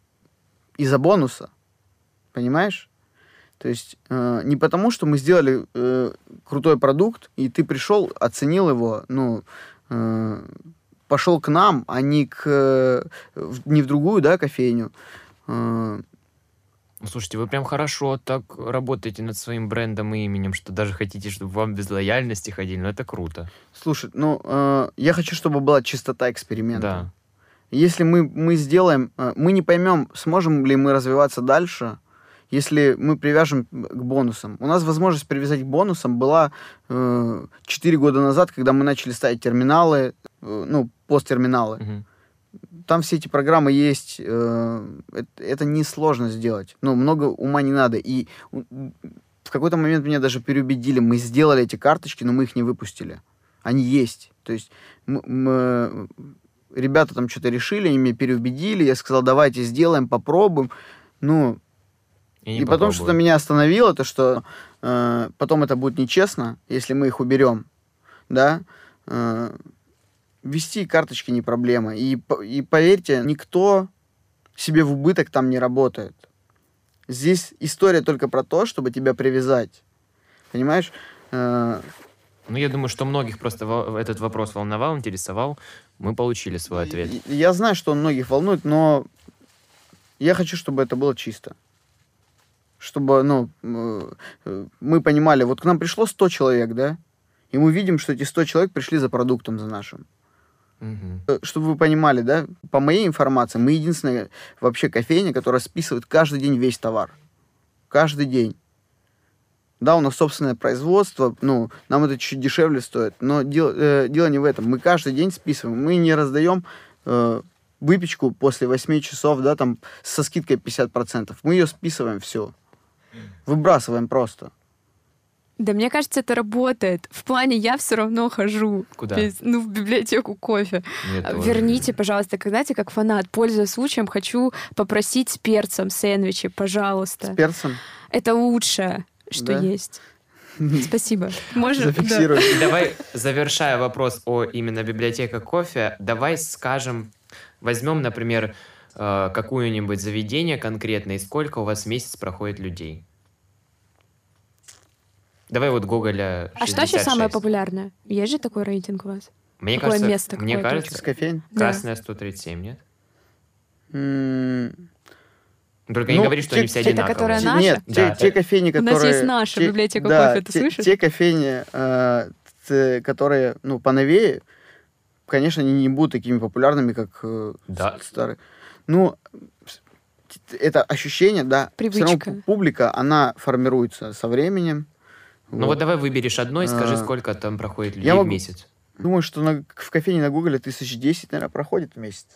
Из-за бонуса. Понимаешь? То есть э, не потому, что мы сделали э, крутой продукт, и ты пришел, оценил его, ну, э, пошел к нам, а не, к, э, в- не в другую, да, кофейню. Э, Ну, слушайте, вы прям хорошо так работаете над своим брендом и именем, что даже хотите, чтобы вам без лояльности ходили. Ну, это круто. слушай, ну, э, я хочу, чтобы была чистота эксперимента. Да. Если мы, мы сделаем, э, мы не поймем, сможем ли мы развиваться дальше, если мы привяжем к бонусам. У нас возможность привязать к бонусам была э, четыре года назад, когда мы начали ставить терминалы, э, ну, посттерминалы. Мгм. Там все эти программы есть, э, это, это несложно сделать. Ну, много ума не надо. И у- в какой-то момент меня даже переубедили, мы сделали эти карточки, но мы их не выпустили. Они есть. То есть м- м- ребята там что-то решили, они меня переубедили, я сказал, давайте сделаем, попробуем. Ну, И, не и потом что-то попробую. меня остановило, то что э, потом это будет нечестно, если мы их уберем, да. Э, ввести карточки не проблема. И, по- и поверьте, никто себе в убыток там не работает. Здесь история только про то, чтобы тебя привязать. Понимаешь? Э, Ну, я думаю, что многих просто во- этот вопрос волновал, интересовал. Мы получили свой ответ. и- Я знаю, что он многих волнует, но я хочу, чтобы это было чисто. Чтобы, ну, э, э, мы понимали, вот к нам пришло сто человек, да, и мы видим, что эти сто человек пришли за продуктом, за нашим. Мгм. Э, Чтобы вы понимали, да, по моей информации, мы единственная вообще кофейня, которая списывает каждый день весь товар. Каждый день. Да, у нас собственное производство, ну, нам это чуть дешевле стоит, но дело, э, дело не в этом. Мы каждый день списываем, мы не раздаем э, выпечку после восьми часов, да, там, со скидкой пятьдесят процентов. Мы ее списываем, все. Выбрасываем просто. Да, мне кажется, это работает. В плане, я все равно хожу. Куда? Без- ну, в библиотеку кофе. Мне тоже. Верните, пожалуйста, когда ты как фанат, пользуясь случаем, хочу попросить с перцем сэндвичи, пожалуйста. С перцем. Это лучшее, что Да? есть. Спасибо. Можно? Зафиксируем. И давай, завершая вопрос о именно библиотека кофе, давай скажем, возьмем, например, э, какое-нибудь заведение конкретное, и сколько у вас в месяц проходит людей. Давай вот Гоголя А что сейчас самое шестьдесят шесть. популярное? Есть же такой рейтинг у вас? Мне Какое кажется, место, мне какое кажется, С кофейн. Да. Красная сто тридцать семь, нет? М, Только не Ну, говори, что те- они все те- это одинаковые. которая те- наша? Нет, Да. те, те кофейни, У которые... нас есть наша те- библиотека да, кофе, ты те- слышишь? Те кофейни, э, т- которые, ну, поновее, конечно, они не будут такими популярными, как э, Да. с- старые. Ну, с- это ощущение, да. Всё равно Привычка. пу- публика, она формируется со временем. Ну вот давай выберешь одно и скажи, А, сколько там проходит людей я в могу- месяц. Думаю, что на- в кофейне на Гугле тысяч десять, наверное, проходит в месяц.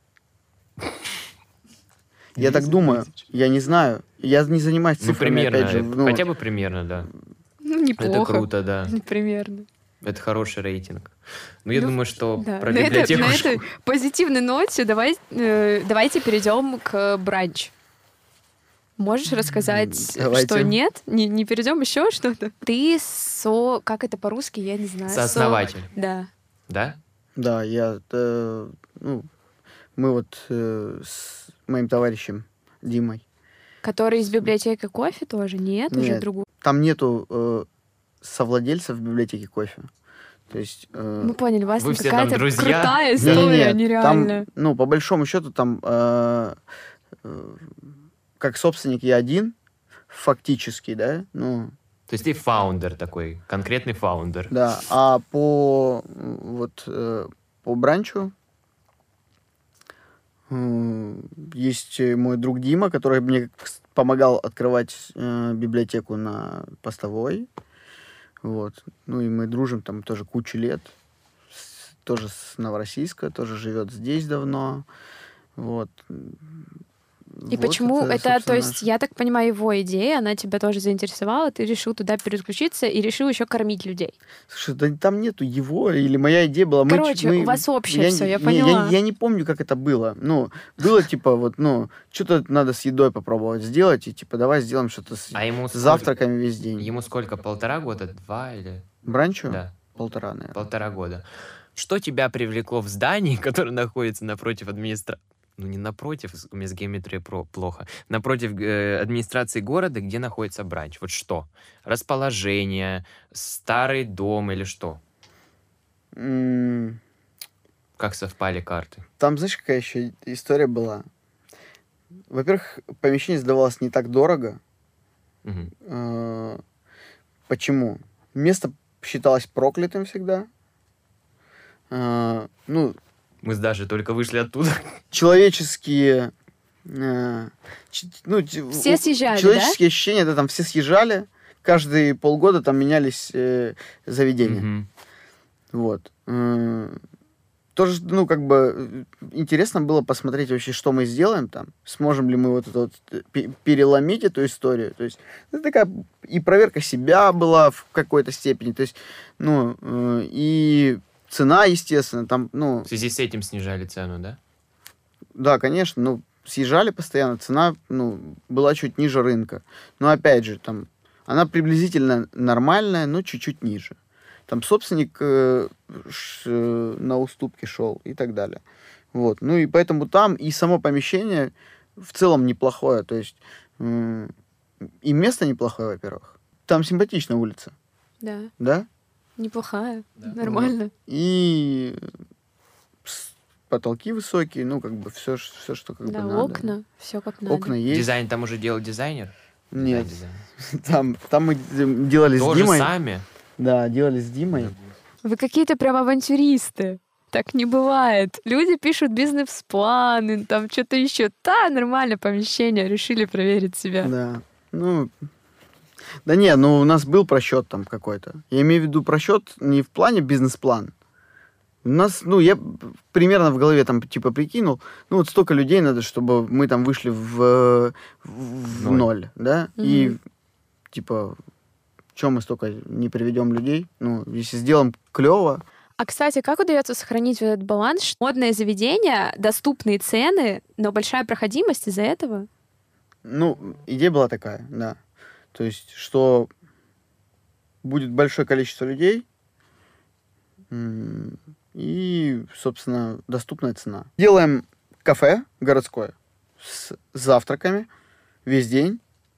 Я так десять думаю. тысяч. Я не знаю. Я не занимаюсь Ну, цифрами, примерно, опять же. э, ну, хотя бы примерно, да. Ну, Это неплохо. круто, да. Примерно. Это хороший рейтинг. Ну, я Ну, думаю, что Да. про На, это- библиотеку... на школ- этой позитивной ноте давай, э, давайте перейдем к бранч. Можешь рассказать, Давайте. что нет? Не, не перейдем еще что-то? Ты со... Как это по-русски? Я не знаю. Со- Сооснователь, Да. да? Да, я, э, ну, мы вот э, с моим товарищем Димой. Который из библиотеки кофе тоже? Нет, уже Нет. другую. Там нету э, совладельцев библиотеки кофе. То есть... э, Мы поняли, у вас Вы там все там какая-то друзья? крутая не-не-не, история, там, нереальная. ну, по большому счету, там, э, э, как собственник я один, фактически, да, ну, То есть ты фаундер такой, конкретный фаундер. да, а по, э, вот, э, по бранчу э, есть мой друг Дима, который мне кс- помогал открывать э, библиотеку на Постовой, вот, ну, и мы дружим там тоже кучу лет, С- тоже с Новороссийска, тоже живет здесь давно, вот. И Вот почему это, то собственно, есть, наш- я так понимаю, его идея, она тебя тоже заинтересовала, ты решил туда переключиться и решил еще кормить людей. Слушай, да там нету его, или моя идея была... мы ч- Короче, мы- у вас общее всё, я не- поняла. Я, я не помню, как это было. Ну, было типа вот, ну, что-то надо с едой попробовать сделать, и типа давай сделаем что-то с, А ему с сколько- завтраками весь день. Ему сколько, полтора года, два или... Бранчу? Да, Полтора, наверное. полтора года. Что тебя привлекло в здании, которое находится напротив администрации? Ну, не напротив, у меня с геометрией про- плохо. Напротив э, администрации города, где находится бранч. Вот что? Расположение, старый дом или что? М, Как совпали карты? Там, знаешь, какая еще история была? Во-первых, помещение сдавалось не так дорого. Мгм. Э, Почему? Место считалось проклятым всегда. Э, Ну, Мы с Дашей только вышли оттуда. человеческие... э, ч- ну, ч- Все у- съезжали, Человеческие ощущения, да, там все съезжали. Каждые полгода там менялись э, заведения. Мгм. Вот. Э, Тоже, ну, как бы э, интересно было посмотреть вообще, что мы сделаем там. Сможем ли мы вот это вот э, пе- переломить эту историю. То есть, это такая и проверка себя была в какой-то степени. То есть, ну, э, и цена, естественно, там, ну, В связи с этим снижали цену, да? да, конечно, ну, съезжали постоянно, цена, ну, была чуть ниже рынка. Но, опять же, там, она приблизительно нормальная, но чуть-чуть ниже. Там собственник э, ш- э, на уступки шел и так далее. Вот. Ну, и поэтому там и само помещение в целом неплохое. То есть, м, и место неплохое, во-первых. Там симпатичная улица, Да, да? неплохая, Да. нормально. И с- потолки высокие, ну, как бы все, все что как Да, бы надо. окна, все как надо. Окна есть. Дизайн там уже делал дизайнер? Нет, Дизайн, дизайн. там, там мы д- делали с Тоже Димой. сами? Да, делали с Димой. Вы какие-то прям авантюристы. Так не бывает. Люди пишут бизнес-планы, там что-то еще. Да, нормально, помещение, решили проверить себя. Да. Ну, да не, ну у нас был просчет там какой-то. Я имею в виду просчет не в плане бизнес-план. У нас, ну, я примерно в голове там, типа, прикинул, ну, вот столько людей надо, чтобы мы там вышли в, в ноль. ноль, да, угу. И, типа, чем мы столько не приведем людей? Ну, если сделаем клево. А, кстати, как удается сохранить вот этот баланс? Модное заведение, доступные цены, но большая проходимость из-за этого? Ну, идея была такая, да. То есть, что будет большое количество людей, и, собственно, доступная цена. Делаем кафе городское с завтраками весь день.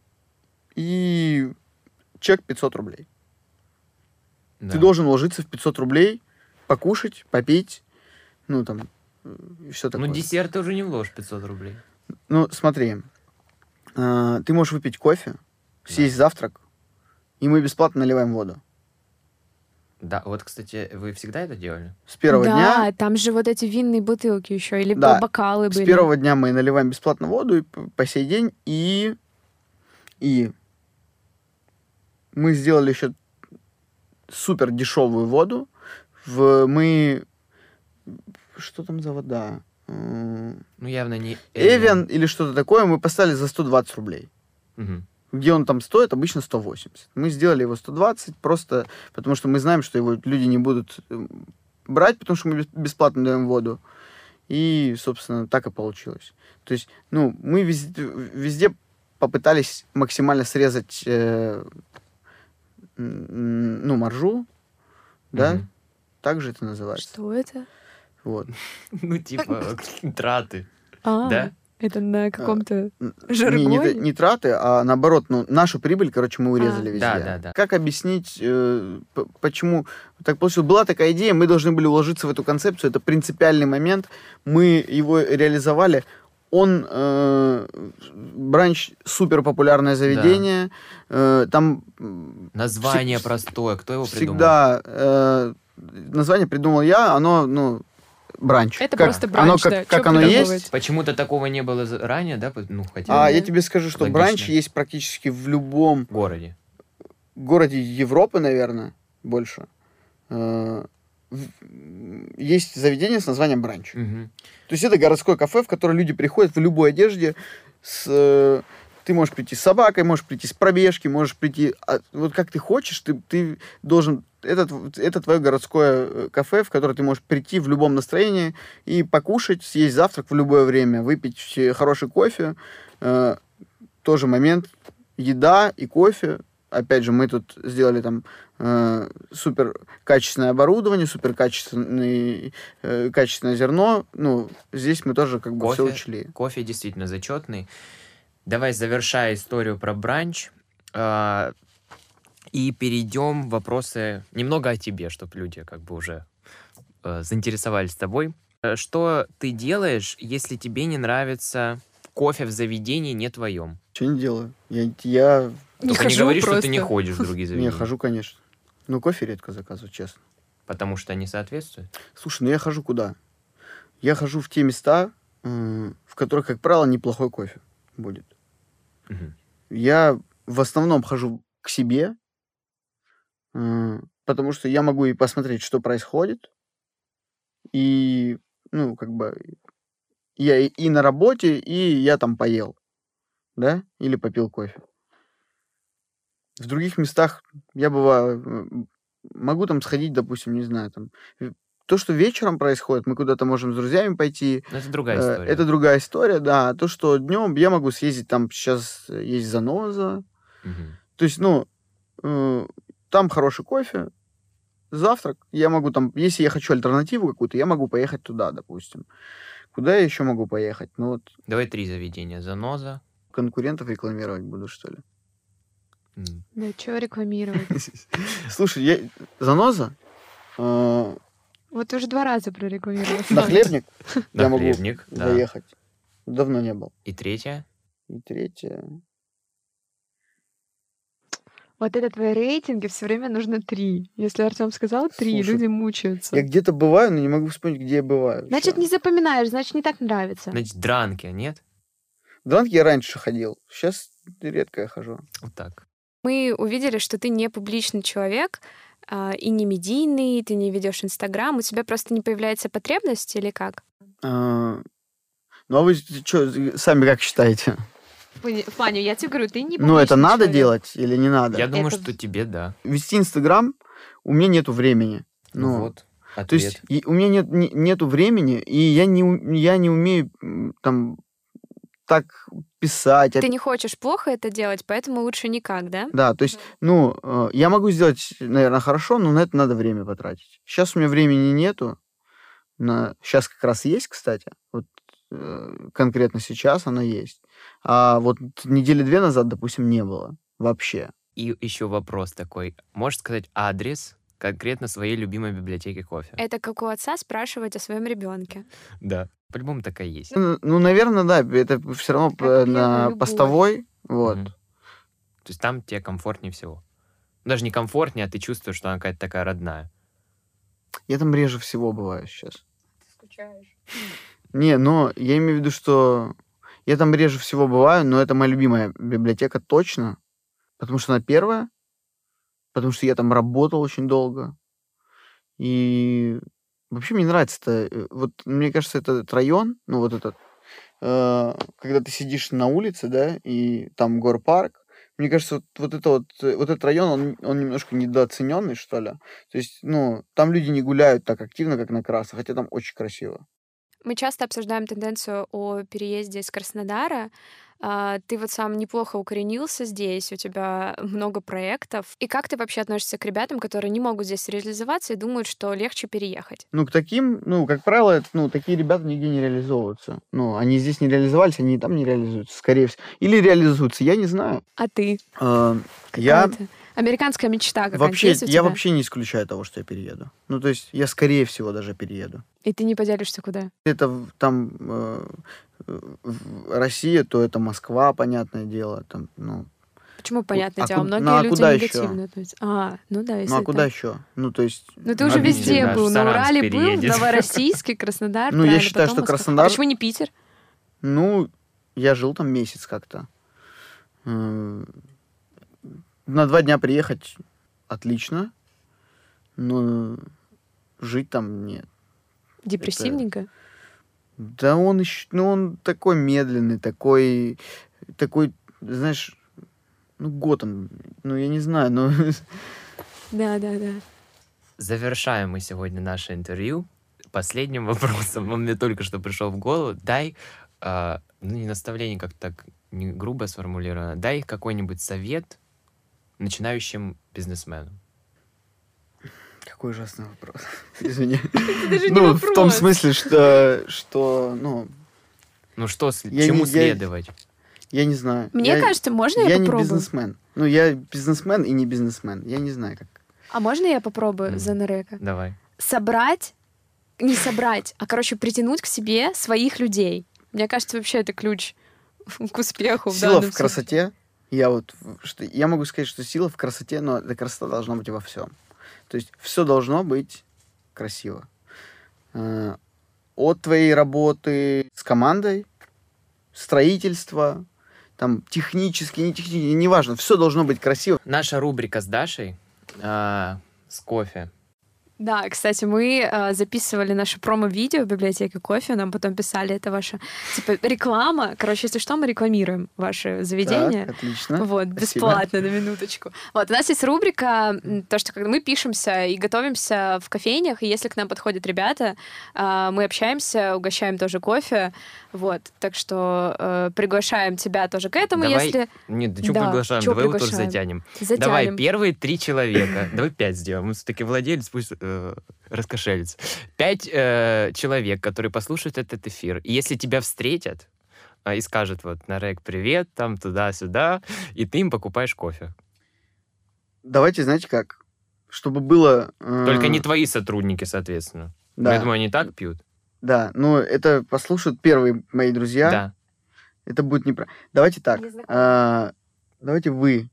И чек пятьсот рублей. Да. Ты должен ложиться в пятьсот рублей, покушать, попить, ну, там, и все такое. Ну, десерт ты уже не вложишь пятьсот рублей. Ну, смотри, э, ты можешь выпить кофе, съесть да. завтрак, и мы бесплатно наливаем воду. Да, вот, кстати, вы всегда это делали? С первого да, дня... Да, там же вот эти винные бутылки еще, или да, бокалы были. С первого дня мы наливаем бесплатно воду и по сей день, и... И мы сделали еще супер дешевую воду. В... Мы... Что там за вода? Ну, явно не... Эвиан или что-то такое мы поставили за сто двадцать рублей. Угу. Где он там стоит, обычно сто восемьдесят. Мы сделали его сто двадцать, просто потому что мы знаем, что его люди не будут брать, потому что мы бесплатно даем воду. И, собственно, так и получилось. То есть, ну, мы везде, везде попытались максимально срезать, э, ну, маржу, да? Mm-hmm. Так же это называется. Что это? Вот. Ну, типа, траты, а, да? Это на каком-то жаргоне? Не, не, не траты, а наоборот, ну, нашу прибыль, короче, мы урезали а. везде. Да, да, да. Как объяснить, э, почему так получилось? Была такая идея, мы должны были уложиться в эту концепцию, это принципиальный момент, мы его реализовали. Он, э, бранч, супер популярное заведение, да. э, там... Название вс- простое, кто его придумал? Всегда э, название придумал я, оно, ну... Бранч. Это как, просто бранч, оно, да. как, как оно есть. Почему-то такого не было ранее, да? Ну, хотя а я тебе скажу, что логично. Бранч есть практически в любом... Городе. Городе Европы, наверное, больше. Есть заведение с названием бранч. Угу. То есть это городское кафе, в которое люди приходят в любой одежде. С... Ты можешь прийти с собакой, можешь прийти с пробежки, можешь прийти... Вот как ты хочешь, ты, ты должен... Это, это твое городское кафе, в которое ты можешь прийти в любом настроении и покушать, съесть завтрак в любое время, выпить хороший кофе. Э, тоже момент. Еда и кофе. Опять же, мы тут сделали там э, супер качественное оборудование, супер качественное, э, качественное зерно. Ну, здесь мы тоже как бы кофе, все учли. Кофе действительно зачетный. Давай, завершая историю про бранч, э, и перейдем в вопросы немного о тебе, чтобы люди как бы уже э, заинтересовались тобой. Что ты делаешь, если тебе не нравится кофе в заведении не твоем? Что не делаю? Я, я... Не Только не говори, просто. Что ты не ходишь в другие заведения. Не, хожу, конечно. Но кофе редко заказываю, честно. Потому что не соответствует? Слушай, ну я хожу куда? Я хожу в те места, в которых, как правило, неплохой кофе будет. Угу. Я в основном хожу к себе, потому что я могу и посмотреть, что происходит, и, ну, как бы, я и, и на работе, и я там поел, да, или попил кофе. В других местах я бываю, могу там сходить, допустим, не знаю, там, то, что вечером происходит, мы куда-то можем с друзьями пойти. Но это другая история. Это другая история, да. То, что днем я могу съездить, там сейчас есть заноза. Угу. То есть, ну, э, там хороший кофе, завтрак. Я могу там, если я хочу альтернативу какую-то, я могу поехать туда, допустим. Куда я еще могу поехать? Ну вот. Давай три заведения. Заноза. Конкурентов рекламировать буду, что ли? Mm. Да, что рекламировать? Слушай, я... Заноза? Вот уже два раза прорекламировал. На хлебник я могу хлебник, да. заехать. Давно не был. И третья? И третья... Вот это твои рейтинги, все время нужно три. Если Артем сказал три, Слушай, люди мучаются. Я где-то бываю, но не могу вспомнить, где я бываю. Значит, Всё. не запоминаешь, значит, не так нравится. Значит, дранки, нет? Дранки я раньше ходил. Сейчас редко я хожу. Вот так. Мы увидели, что ты не публичный человек. а, и не медийный, ты не ведешь Инстаграм, у тебя просто не появляется потребность или как? А, Ну, а вы что, сами как считаете? Ваня, я тебе говорю, ты не Ну, это публичный надо человек. делать или не надо? Я думаю, Это- что тебе да. Вести Инстаграм у меня нету времени. Ну, Ну, вот, ответ. То есть и у меня нет, не- нету времени, и я не, у- я не умею м, там так писать. Ты не хочешь плохо это делать, поэтому лучше никак, да? Да, то есть, ну, э, я могу сделать, наверное, хорошо, но на это надо время потратить. Сейчас у меня времени нету. На... Сейчас как раз есть, кстати. Вот э, конкретно сейчас оно есть. А вот недели две назад, допустим, не было вообще. И еще вопрос такой. Можешь сказать адрес конкретно своей любимой библиотеки кофе? Это как у отца спрашивать о своем ребенке. Да. По-любому такая есть. Ну, ну, наверное, да, это все равно Как п- первая на любовь. постовой. Вот. Мгм. То есть там тебе комфортнее всего. Даже не комфортнее, а ты чувствуешь, что она какая-то такая родная. Я там реже всего бываю сейчас. Ты скучаешь. Не, но я имею в виду, что я там реже всего бываю, но это моя любимая библиотека точно, потому что она первая, потому что я там работал очень долго. И вообще мне нравится это. Вот мне кажется, этот район, ну вот этот, э, когда ты сидишь на улице, да, и там горпарк, мне кажется, вот, вот это вот, э, вот этот район, он, он немножко недооцененный, что ли. То есть, ну, там люди не гуляют так активно, как на Красах, хотя там очень красиво. Мы часто обсуждаем тенденцию о переезде из Краснодара. А, Ты вот сам неплохо укоренился здесь, у тебя много проектов. И как ты вообще относишься к ребятам, которые не могут здесь реализоваться и думают, что легче переехать? Ну, к таким, ну, как правило, это, ну, такие ребята нигде не реализовываются. Ну, они здесь не реализовались, они и там не реализуются, скорее всего. Или реализуются, я не знаю. А ты? Э, Я Какая-то американская мечта какая-то вообще, есть у я тебя? вообще не исключаю того, что я перееду. Ну, то есть я, скорее всего, даже перееду. И ты не поделишься куда? Это в- там э, э, в- Россия, то это Москва, понятное дело. Там, ну, Почему, понятное а дело, ку- многие ну, а люди куда ещё? негативно относятся. А, ну да, если ну а куда так. еще? Ну, то есть... Ну ты уже Обидно, везде да, был, в на Саранск Урале был, переедет. Новороссийске, Краснодар, Ну, я правильно, считаю, потом что Москва. Краснодар- А почему не Питер? Ну, я жил там месяц как-то. Э, На два дня приехать отлично, но жить там нет. Депрессивненько? Да он еще, ну он такой медленный, такой, такой, знаешь, ну Готэм, ну я не знаю, но Да, да, да. Завершаем мы сегодня наше интервью последним вопросом. Он мне только что пришел в голову. Дай, а, ну не наставление, как так не грубо сформулировано, дай какой-нибудь совет начинающим бизнесменам. какой ужасный вопрос. Извини. даже не Ну, в том вопрос. смысле, что, что, ну, Ну что, с- Я чему не- я- следовать? я не знаю. Мне Я- кажется, можно я, я не попробую? бизнесмен. Ну, я бизнесмен и не бизнесмен. Я не знаю, как. А можно я попробую Мгм. за Нарека? Давай. Собрать, не собрать, а, короче, притянуть к себе своих людей. Мне кажется, вообще это ключ к успеху. в Сила данном в красоте. Я вот, в- что, я могу сказать, что сила в красоте, но эта красота должна быть во всем. То есть все должно быть красиво. Э, От твоей работы с командой, строительства, там технически, не технически, неважно, все должно быть красиво. Наша рубрика с Дашей а, с кофе. Да, кстати, мы э, записывали наше промо-видео в библиотеке кофе, нам потом писали, это ваша, типа, реклама. Короче, если что, мы рекламируем ваше заведение. Так, отлично. Вот, Спасибо. бесплатно, на минуточку. Вот, у нас есть рубрика, м, то, что когда мы пишемся и готовимся в кофейнях, и если к нам подходят ребята, а, мы общаемся, угощаем тоже кофе, вот, так что э, приглашаем тебя тоже к этому, Давай, если Нет, да что Да, приглашаем? чё Давай его тоже приглашаем? затянем. затянем. Давай, первые три человека. Давай пять сделаем. Мы все-таки владелец, пусть э, раскошелится. Пять э, человек, которые послушают этот эфир. И если тебя встретят э, и скажут, вот, Нарек, привет, там, туда-сюда, и ты им покупаешь кофе. Давайте, знаете как? Чтобы было... э, Только не твои сотрудники, соответственно. Да, Я думаю, они так пьют. да, но это послушают первые мои друзья. Да. Это будет неправильно. Давайте так. Незнакомые. а, давайте вы.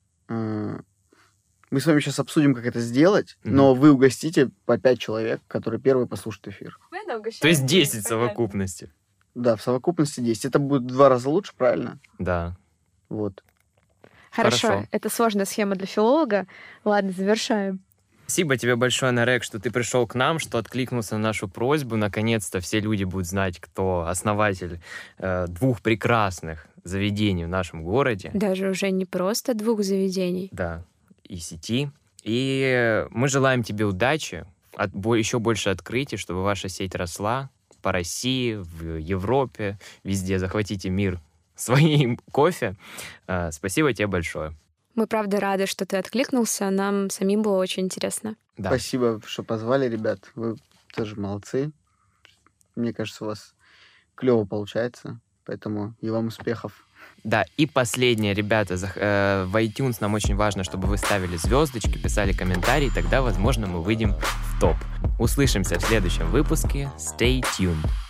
а, мы с вами сейчас обсудим, как это сделать, Мгм. но вы угостите по пять человек, которые первые послушают эфир. То есть десять в совокупности. Да, в совокупности десять. Это будет в два раза лучше, правильно? Да. Вот. Хорошо, Хорошо. это сложная схема для филолога. Ладно, завершаем. Спасибо тебе большое, Нарек, что ты пришел к нам, что откликнулся на нашу просьбу. Наконец-то все люди будут знать, кто основатель э, двух прекрасных заведений в нашем городе. Даже уже не просто двух заведений. Да, и сети. И мы желаем тебе удачи, от, еще больше открытий, чтобы ваша сеть росла по России, в Европе, везде. Захватите мир своим кофе. Э, спасибо тебе большое. Мы, правда, рады, что ты откликнулся. Нам самим было очень интересно. Да. Спасибо, что позвали, ребят. Вы тоже молодцы. Мне кажется, у вас клево получается. Поэтому и вам успехов. Да, и последнее, ребята, э, в iTunes нам очень важно, чтобы вы ставили звездочки, писали комментарии, тогда, возможно, мы выйдем в топ. Услышимся в следующем выпуске. Stay tuned.